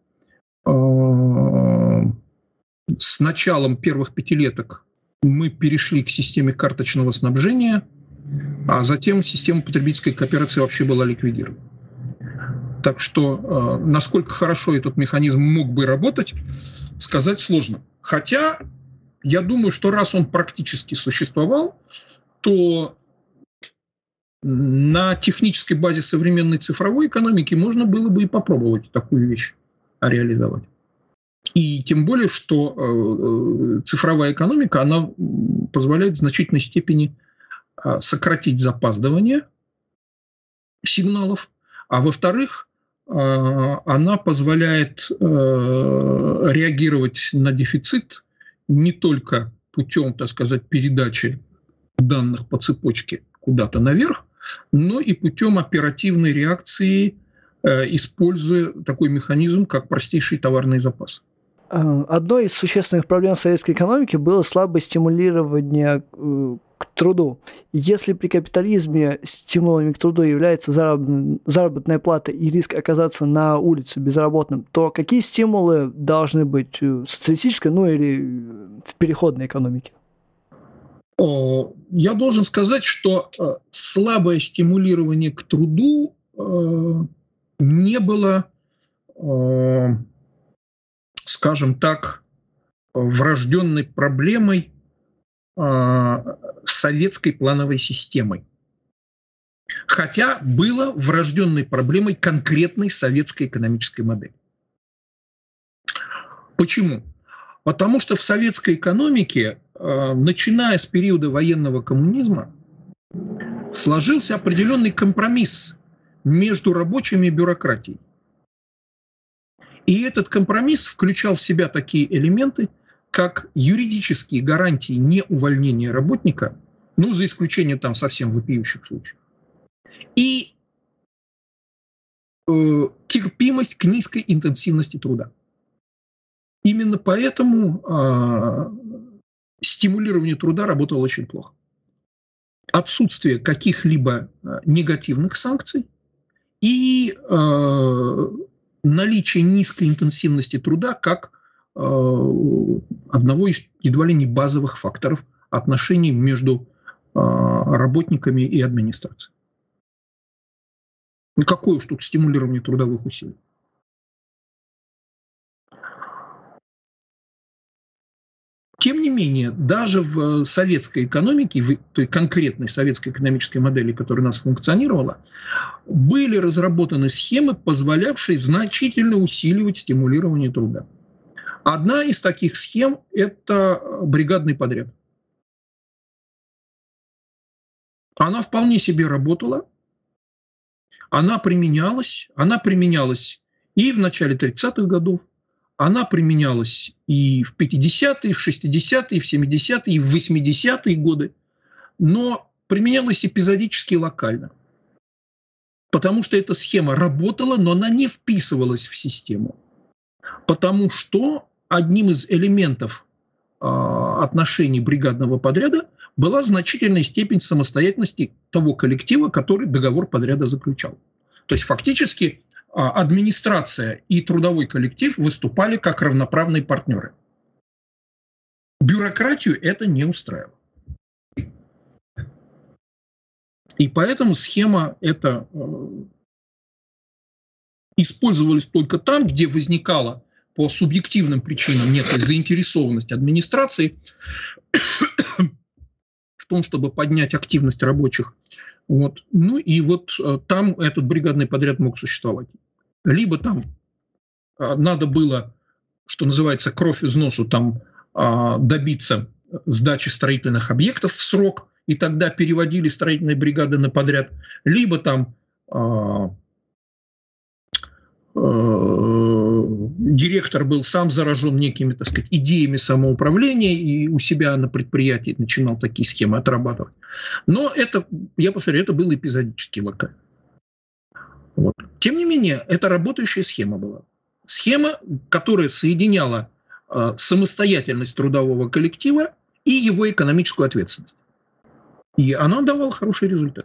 С началом первых пятилеток мы перешли к системе карточного снабжения, а затем система потребительской кооперации вообще была ликвидирована. Так что, насколько хорошо этот механизм мог бы работать, сказать сложно. Хотя, я думаю, что раз он практически существовал, то на технической базе современной цифровой экономики можно было бы и попробовать такую вещь реализовать. И тем более, что э, цифровая экономика, она позволяет в значительной степени э, сократить запаздывание сигналов, а во-вторых, э, она позволяет э, реагировать на дефицит не только путем, так сказать, передачи данных по цепочке куда-то наверх, но и путем оперативной реакции, э, используя такой механизм, как простейший товарный запас. Одной из существенных проблем советской экономики было слабое стимулирование к труду. Если при капитализме стимулами к труду является заработная плата и риск оказаться на улице безработным, то какие стимулы должны быть в социалистической, ну или в переходной экономике? Я должен сказать, что слабое стимулирование к труду не было, скажем так, врожденной проблемой э, советской плановой системой. Хотя было врожденной проблемой конкретной советской экономической модели. Почему? Потому что в советской экономике, э, начиная с периода военного коммунизма, сложился определенный компромисс между рабочими и бюрократией. И этот компромисс включал в себя такие элементы, как юридические гарантии неувольнения работника, ну, за исключением там совсем вопиющих случаев, и э, терпимость к низкой интенсивности труда. Именно поэтому э, стимулирование труда работало очень плохо. Отсутствие каких-либо э, негативных санкций и э, наличие низкой интенсивности труда как э, одного из едва ли не базовых факторов отношений между э, работниками и администрацией. Ну, какое уж тут стимулирование трудовых усилий? Тем не менее, даже в советской экономике, в той конкретной советской экономической модели, которая у нас функционировала, были разработаны схемы, позволявшие значительно усиливать стимулирование труда. Одна из таких схем – это бригадный подряд. Она вполне себе работала, она применялась, она применялась и в начале тридцатых годов, она применялась и в пятидесятые, и в шестидесятые, и в семидесятые, и в восьмидесятые годы, но применялась эпизодически и локально. Потому что эта схема работала, но она не вписывалась в систему. Потому что одним из элементов э, отношений бригадного подряда была значительная степень самостоятельности того коллектива, который договор подряда заключал. То есть фактически администрация и трудовой коллектив выступали как равноправные партнеры. Бюрократию это не устраивало. И поэтому схема эта э, использовалась только там, где возникала по субъективным причинам некая заинтересованность администрации в том, чтобы поднять активность рабочих. Вот. Ну и вот э, там этот бригадный подряд мог существовать. Либо там э, надо было, что называется, кровь из носу, там э, добиться сдачи строительных объектов в срок, и тогда переводили строительные бригады на подряд, либо там э, э, директор был сам заражен некими, так сказать, идеями самоуправления и у себя на предприятии начинал такие схемы отрабатывать. Но это, я повторяю, это было эпизодически локально. Вот. Тем не менее, это работающая схема была. Схема, которая соединяла э, самостоятельность трудового коллектива и его экономическую ответственность. И она давала хороший результат.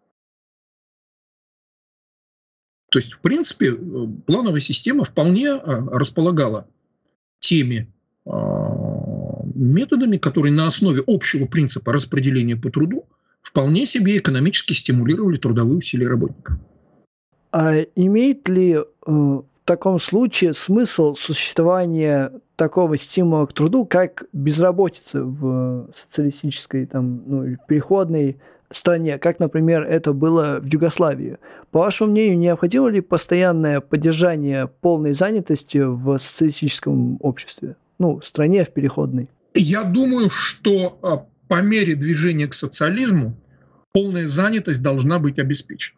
То есть, в принципе, плановая система вполне э, располагала теми э, методами, которые на основе общего принципа распределения по труду вполне себе экономически стимулировали трудовые усилия работников. А имеет ли э, в таком случае смысл существования такого стимула к труду, как безработица в социалистической, там, ну, переходной стране, как, например, это было в Югославии? По вашему мнению, необходимо ли постоянное поддержание полной занятости в социалистическом обществе, ну, в стране в переходной? Я думаю, что по мере движения к социализму полная занятость должна быть обеспечена.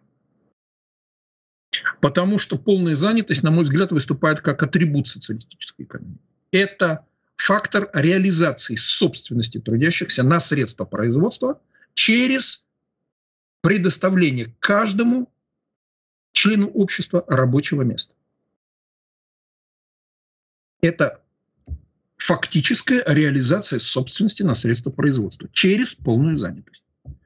Потому что полная занятость, на мой взгляд, выступает как атрибут социалистической экономики. Это фактор реализации собственности трудящихся на средства производства через предоставление каждому члену общества рабочего места. Это фактическая реализация собственности на средства производства через полную занятость.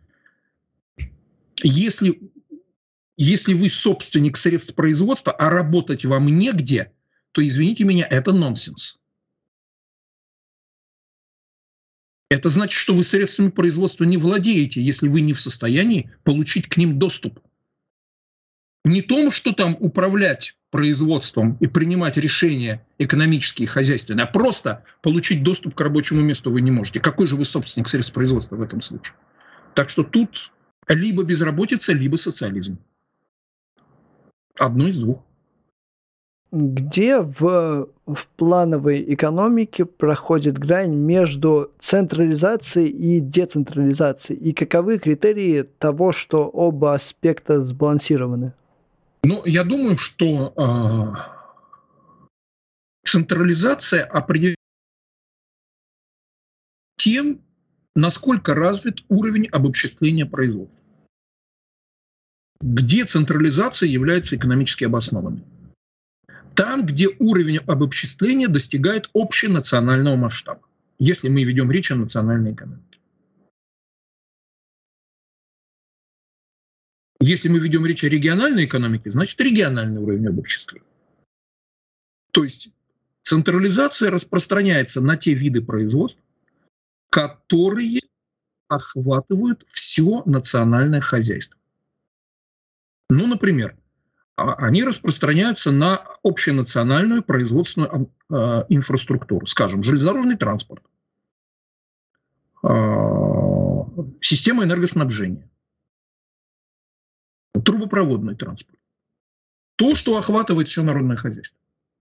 Если Если вы собственник средств производства, а работать вам негде, то, извините меня, это нонсенс. Это значит, что вы средствами производства не владеете, если вы не в состоянии получить к ним доступ. Не том, что там управлять производством и принимать решения экономические и хозяйственные, а просто получить доступ к рабочему месту вы не можете. Какой же вы собственник средств производства в этом случае? Так что тут либо безработица, либо социализм. Одно из двух. Где в, в плановой экономике проходит грань между централизацией и децентрализацией? И каковы критерии того, что оба аспекта сбалансированы? Ну, я думаю, что Централизация определяет тем, насколько развит уровень обобществления производства. Где централизация является экономически обоснованной? Там, где уровень обобществления достигает общенационального масштаба, если мы ведем речь о национальной экономике. Если мы ведем речь о региональной экономике, значит региональный уровень обобществления. То есть централизация распространяется на те виды производства, которые охватывают все национальное хозяйство. Ну, например, они распространяются на общенациональную производственную э, инфраструктуру, скажем, железнодорожный транспорт, э, система энергоснабжения, трубопроводный транспорт. То, что охватывает все народное хозяйство.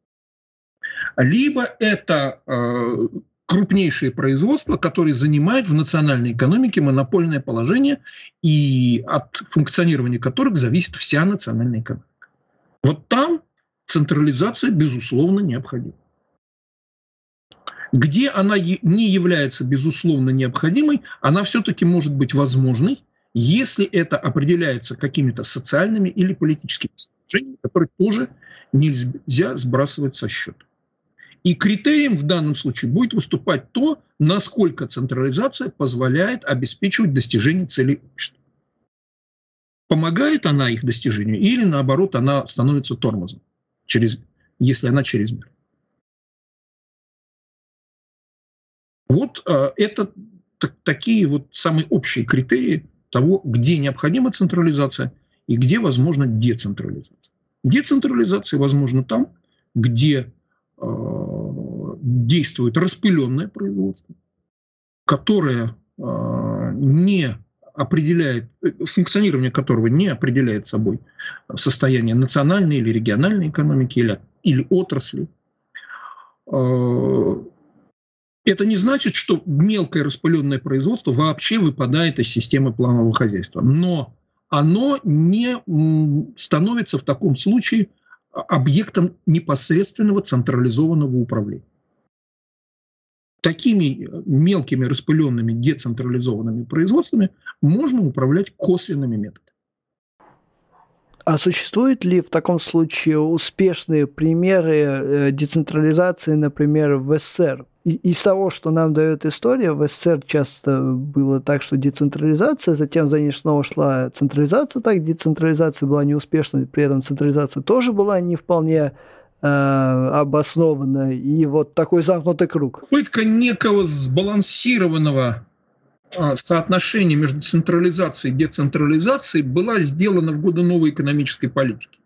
Либо это э, крупнейшие производства, которые занимают в национальной экономике монопольное положение и от функционирования которых зависит вся национальная экономика. Вот там централизация, безусловно, необходима. Где она не является, безусловно, необходимой, она все-таки может быть возможной, если это определяется какими-то социальными или политическими соображениями, которые тоже нельзя сбрасывать со счета. И критерием в данном случае будет выступать то, насколько централизация позволяет обеспечивать достижение целей общества. Помогает она их достижению или, наоборот, она становится тормозом, через, если она чрезмерна. Вот э, это так, такие вот самые общие критерии того, где необходима централизация и где возможна децентрализация. Децентрализация возможна там, где э, действует распыленное производство, которое э, не определяет, функционирование которого не определяет собой состояние национальной или региональной экономики или, или отрасли. Это не значит, что мелкое распыленное производство вообще выпадает из системы планового хозяйства. Но оно не становится в таком случае объектом непосредственного централизованного управления. Такими мелкими распыленными децентрализованными производствами можно управлять косвенными методами. А существуют ли в таком случае успешные примеры децентрализации, например, в СССР? Из того, что нам дает история, в СССР часто было так, что децентрализация, затем за ней снова шла централизация, так децентрализация была неуспешной, при этом централизация тоже была не вполне обоснованно, и вот такой замкнутый круг. Попытка некого сбалансированного соотношения между централизацией и децентрализацией была сделана в годы новой экономической политики.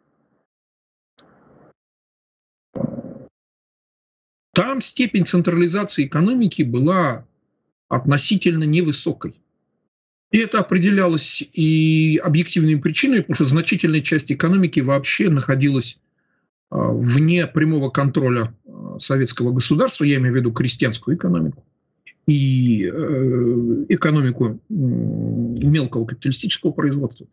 Там степень централизации экономики была относительно невысокой. И это определялось и объективными причинами, потому что значительная часть экономики вообще находилась вне прямого контроля советского государства, я имею в виду крестьянскую экономику и экономику мелкого капиталистического производства.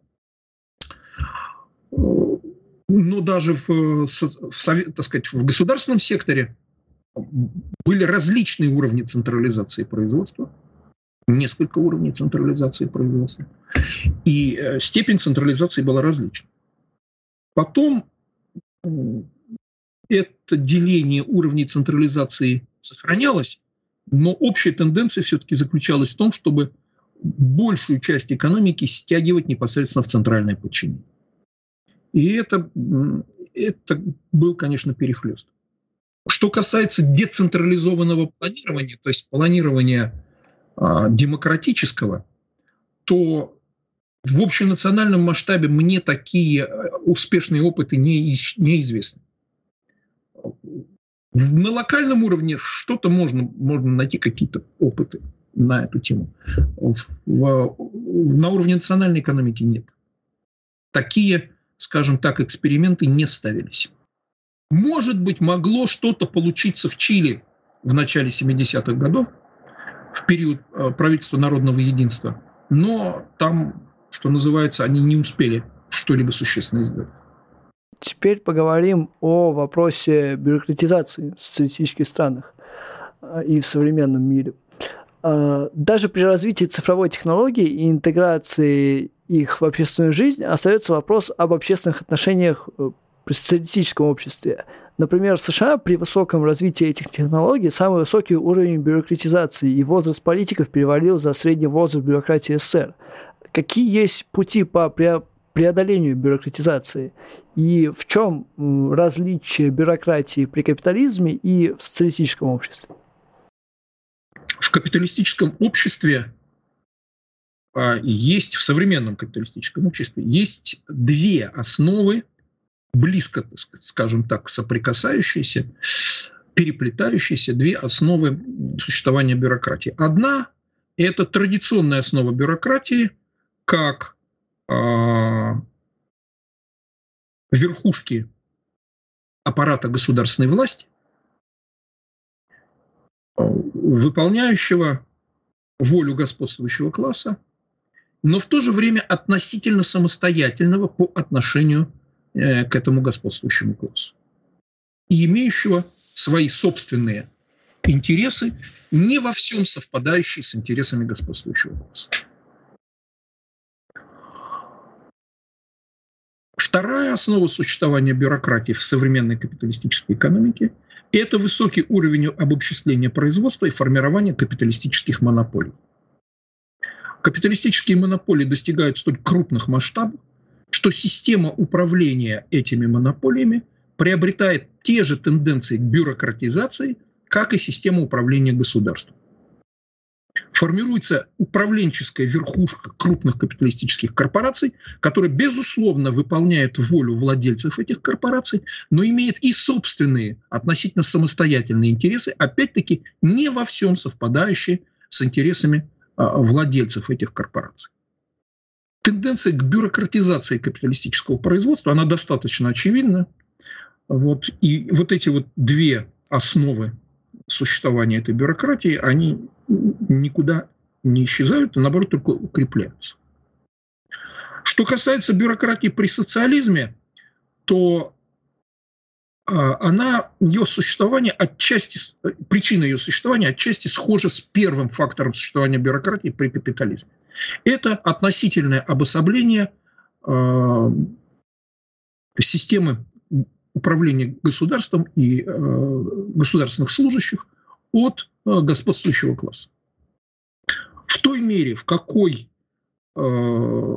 Но даже в, в, так сказать, в государственном секторе были различные уровни централизации производства, несколько уровней централизации производства, и степень централизации была различна. Потом это деление уровней централизации сохранялось, но общая тенденция все-таки заключалась в том, чтобы большую часть экономики стягивать непосредственно в центральное подчинение. И это, это был, конечно, перехлёст. Что касается децентрализованного планирования, то есть планирования а, демократического, то в общенациональном масштабе мне такие успешные опыты не, неизвестны. На локальном уровне что-то можно, можно найти, какие-то опыты на эту тему. В, в, на уровне национальной экономики нет. Такие, скажем так, эксперименты не ставились. Может быть, могло что-то получиться в Чили в начале семидесятых годов, в период правительства народного единства, но там, что называется, они не успели что-либо существенное сделать. Теперь поговорим о вопросе бюрократизации в социалистических странах и в современном мире. Даже при развитии цифровой технологии и интеграции их в общественную жизнь остается вопрос об общественных отношениях при социалистическом обществе. Например, в США при высоком развитии этих технологий самый высокий уровень бюрократизации, и возраст политиков перевалил за средний возраст бюрократии СССР. Какие есть пути по преодолению бюрократизации? И в чем различие бюрократии при капитализме и в социалистическом обществе? В капиталистическом обществе есть, в современном капиталистическом обществе, есть две основы, близко, скажем так, соприкасающиеся, переплетающиеся, две основы существования бюрократии. Одна – это традиционная основа бюрократии, как э, верхушки аппарата государственной власти, выполняющего волю господствующего класса, но в то же время относительно самостоятельного по отношению э, к этому господствующему классу. И имеющего свои собственные интересы, не во всем совпадающие с интересами господствующего класса. Вторая основа существования бюрократии в современной капиталистической экономике – это высокий уровень обобществления производства и формирования капиталистических монополий. Капиталистические монополии достигают столь крупных масштабов, что система управления этими монополиями приобретает те же тенденции к бюрократизации, как и система управления государством. Формируется управленческая верхушка крупных капиталистических корпораций, которая, безусловно, выполняет волю владельцев этих корпораций, но имеет и собственные относительно самостоятельные интересы, опять-таки не во всем совпадающие с интересами а, владельцев этих корпораций. Тенденция к бюрократизации капиталистического производства, она достаточно очевидна. Вот, и вот эти вот две основы существования этой бюрократии, они никуда не исчезают, а наоборот только укрепляются. Что касается бюрократии при социализме, то она, ее существование отчасти, причина ее существования отчасти схожа с первым фактором существования бюрократии при капитализме. Это относительное обособление э, системы управления государством и э, государственных служащих от э, господствующего класса. В той мере, в какой э,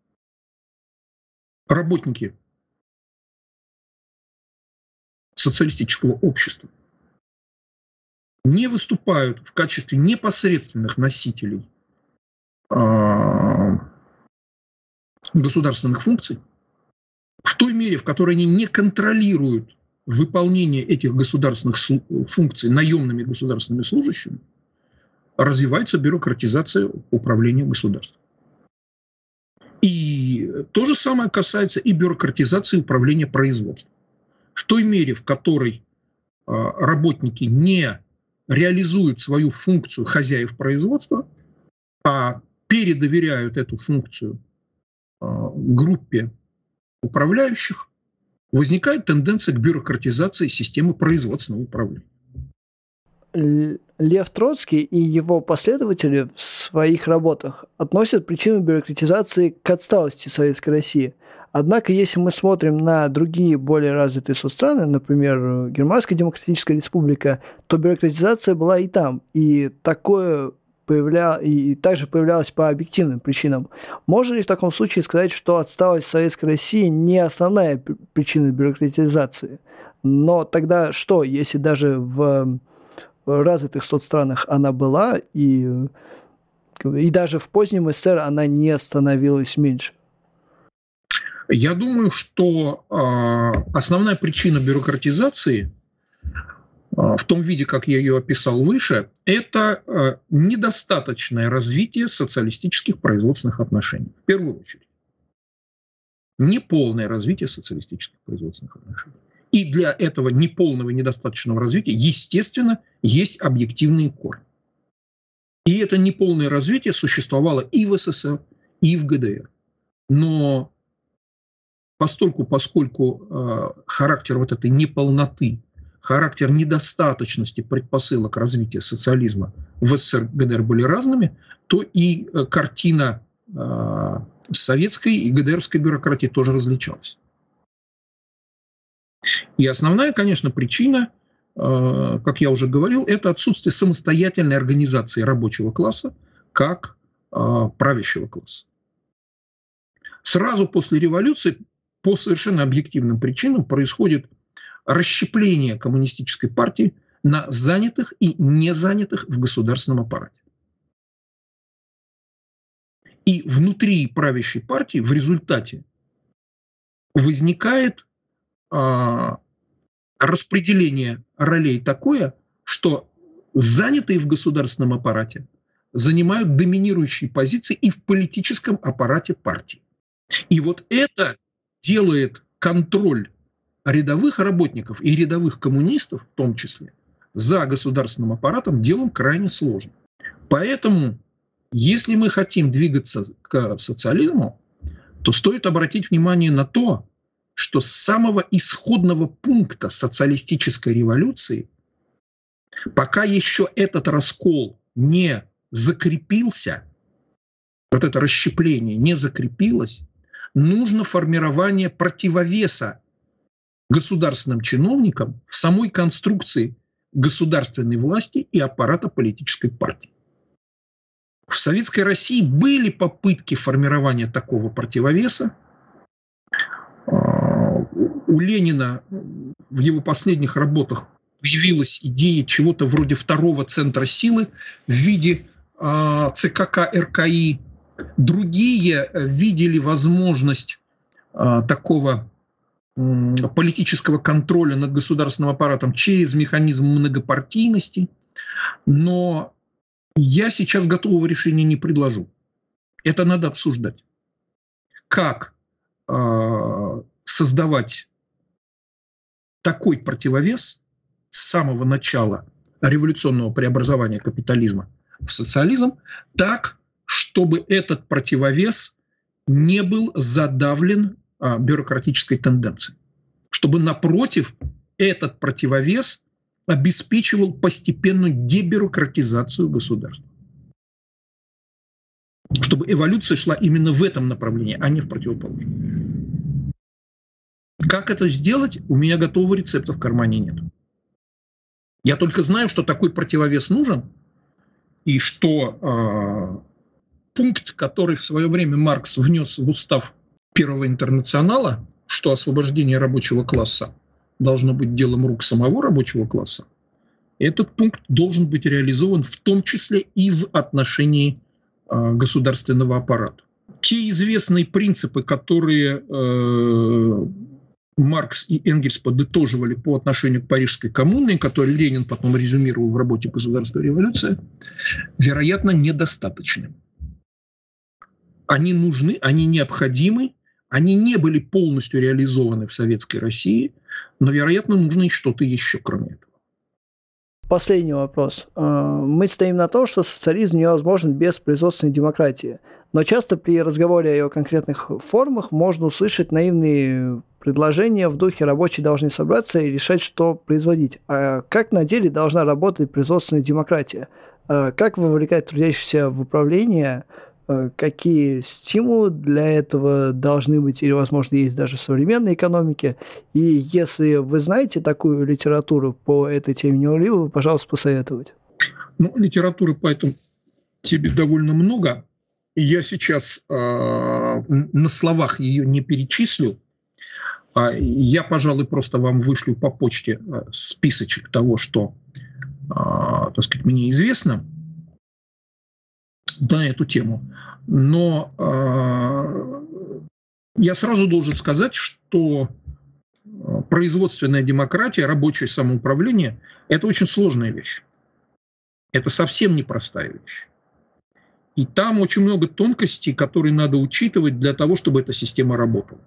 работники социалистического общества не выступают в качестве непосредственных носителей э, государственных функций, в той мере, в которой они не контролируют выполнение этих государственных функций наемными государственными служащими, развивается бюрократизация управления государством. И то же самое касается и бюрократизации управления производством. В той мере, в которой работники не реализуют свою функцию хозяев производства, а передоверяют эту функцию группе управляющих, возникает тенденция к бюрократизации системы производственного управления. Лев Троцкий и его последователи в своих работах относят причину бюрократизации к отсталости Советской России. Однако, если мы смотрим на другие более развитые соцстраны, например, Германская Демократическая Республика, то бюрократизация была и там. И такое появля... и также появлялась по объективным причинам. Можно ли в таком случае сказать, что отсталость Советской России не основная причина бюрократизации? Но тогда что, если даже в развитых соцстранах она была, и, и даже в позднем СССР она не становилась меньше? Я думаю, что э, основная причина бюрократизации э, в том виде, как я ее описал выше, это э, недостаточное развитие социалистических производственных отношений. В первую очередь. Неполное развитие социалистических производственных отношений. И для этого неполного и недостаточного развития, естественно, есть объективные корни. И это неполное развитие существовало и в СССР, и в ГДР. Но постольку, поскольку э, характер вот этой неполноты, характер недостаточности предпосылок развития социализма в СССР, ГДР были разными, то и э, картина э, советской и ГДРовской бюрократии тоже различалась. И основная, конечно, причина, э, как я уже говорил, это отсутствие самостоятельной организации рабочего класса как э, правящего класса. Сразу после революции по совершенно объективным причинам происходит расщепление коммунистической партии на занятых и незанятых в государственном аппарате. И внутри правящей партии в результате возникает э, распределение ролей такое, что занятые в государственном аппарате занимают доминирующие позиции и в политическом аппарате партии. И вот это делает контроль рядовых работников и рядовых коммунистов, в том числе, за государственным аппаратом делом крайне сложным. Поэтому, если мы хотим двигаться к социализму, то стоит обратить внимание на то, что с самого исходного пункта социалистической революции, пока еще этот раскол не закрепился, вот это расщепление не закрепилось, нужно формирование противовеса государственным чиновникам в самой конструкции государственной власти и аппарата политической партии. В Советской России были попытки формирования такого противовеса. У Ленина в его последних работах появилась идея чего-то вроде второго центра силы в виде ЦКК РКИ. Другие видели возможность а, такого м, политического контроля над государственным аппаратом через механизм многопартийности, но я сейчас готового решения не предложу. Это надо обсуждать. Как а, создавать такой противовес с самого начала революционного преобразования капитализма в социализм, так, чтобы этот противовес не был задавлен а, бюрократической тенденцией. Чтобы, напротив, этот противовес обеспечивал постепенную дебюрократизацию государства. Чтобы эволюция шла именно в этом направлении, а не в противоположном. Как это сделать? У меня готового рецепта в кармане нет. Я только знаю, что такой противовес нужен, и что... Э, пункт, который в свое время Маркс внес в устав Первого интернационала, что освобождение рабочего класса должно быть делом рук самого рабочего класса, этот пункт должен быть реализован в том числе и в отношении э, государственного аппарата. Те известные принципы, которые э, Маркс и Энгельс подытоживали по отношению к Парижской коммуне, которые Ленин потом резюмировал в работе «Государство и революция», вероятно, недостаточны. Они нужны, они необходимы, они не были полностью реализованы в Советской России, но, вероятно, нужно и что-то еще, кроме этого. Последний вопрос. Мы стоим на том, что социализм невозможен без производственной демократии, но часто при разговоре о ее конкретных формах можно услышать наивные предложения в духе «рабочие должны собраться и решать, что производить». А как на деле должна работать производственная демократия? Как вовлекать трудящихся в управление? Какие стимулы для этого должны быть или, возможно, есть даже в современной экономике? И если вы знаете такую литературу по этой теме, не могли бы вы, пожалуйста, посоветовать? Ну, литературы по этому теме довольно много. Я сейчас э, на словах ее не перечислю. Я, пожалуй, просто вам вышлю по почте списочек того, что, э, так сказать, мне известно на эту тему. Но э, я сразу должен сказать, что производственная демократия, рабочее самоуправление – это очень сложная вещь. Это совсем непростая вещь. И там очень много тонкостей, которые надо учитывать для того, чтобы эта система работала.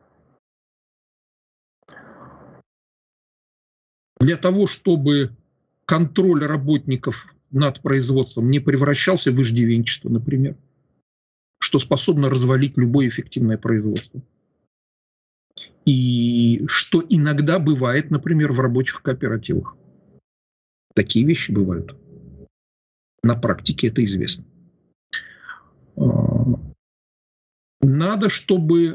Для того, чтобы контроль работников над производством не превращался в иждивенчество, например, что способно развалить любое эффективное производство. И что иногда бывает, например, в рабочих кооперативах. Такие вещи бывают. На практике это известно. Надо, чтобы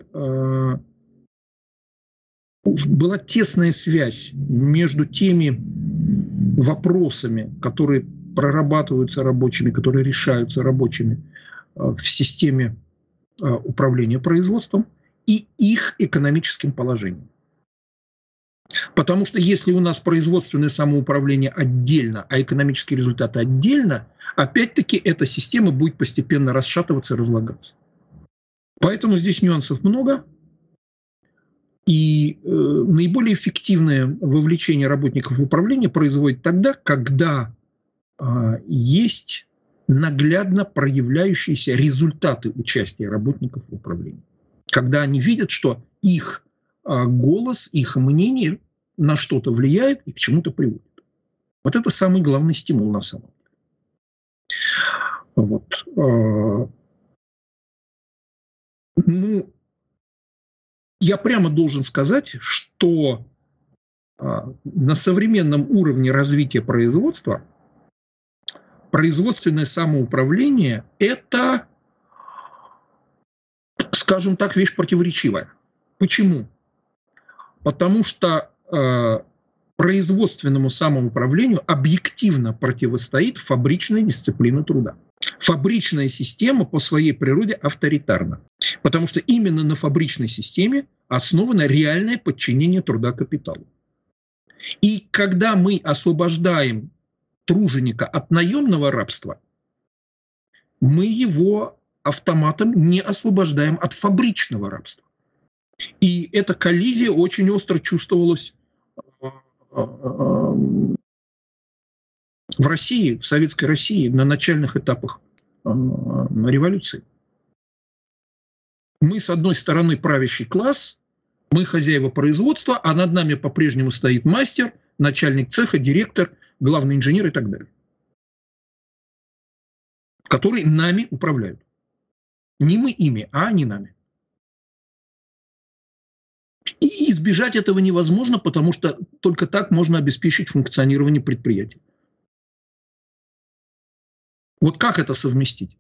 была тесная связь между теми вопросами, которые прорабатываются рабочими, которые решаются рабочими в системе управления производством, и их экономическим положением. Потому что если у нас производственное самоуправление отдельно, а экономические результаты отдельно, опять-таки эта система будет постепенно расшатываться и разлагаться. Поэтому здесь нюансов много. И э, наиболее эффективное вовлечение работников в управление производит тогда, когда э, есть наглядно проявляющиеся результаты участия работников в управлении. Когда они видят, что их э, голос, их мнение на что-то влияет и к чему-то приводит. Вот это самый главный стимул на самом деле. Вот. Э, ну, я прямо должен сказать, что а, на современном уровне развития производства производственное самоуправление – это, скажем так, вещь противоречивая. Почему? Потому что а, производственному самоуправлению объективно противостоит фабричная дисциплина труда. Фабричная система по своей природе авторитарна, потому что именно на фабричной системе основано реальное подчинение труда капиталу. И когда мы освобождаем труженика от наемного рабства, мы его автоматом не освобождаем от фабричного рабства. И эта коллизия очень остро чувствовалась в России, в советской России на начальных этапах э, революции. Мы, с одной стороны, правящий класс, мы хозяева производства, а над нами по-прежнему стоит мастер, начальник цеха, директор, главный инженер и так далее, которые нами управляют. Не мы ими, а они нами. И избежать этого невозможно, потому что только так можно обеспечить функционирование предприятия. Вот как это совместить?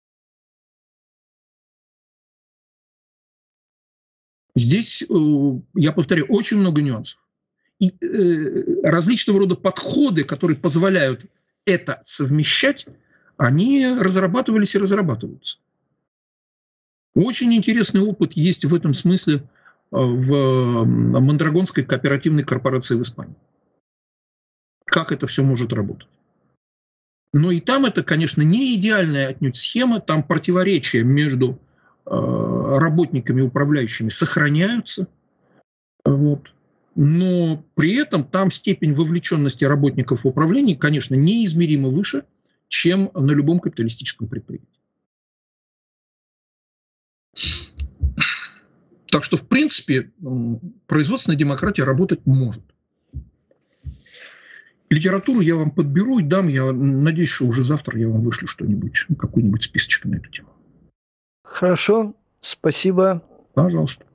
Здесь, я повторяю, очень много нюансов. И различного рода подходы, которые позволяют это совмещать, они разрабатывались и разрабатываются. Очень интересный опыт есть в этом смысле в Мондрагонской кооперативной корпорации в Испании. Как это все может работать? Но и там это, конечно, не идеальная отнюдь схема, там противоречия между э, работниками и управляющими сохраняются, вот. Но при этом там степень вовлеченности работников в управлении, конечно, неизмеримо выше, чем на любом капиталистическом предприятии. Так что, в принципе, производственная демократия работать может. Литературу я вам подберу и дам. Я надеюсь, что уже завтра я вам вышлю что-нибудь, какой-нибудь списочек на эту тему. Хорошо, спасибо. Пожалуйста.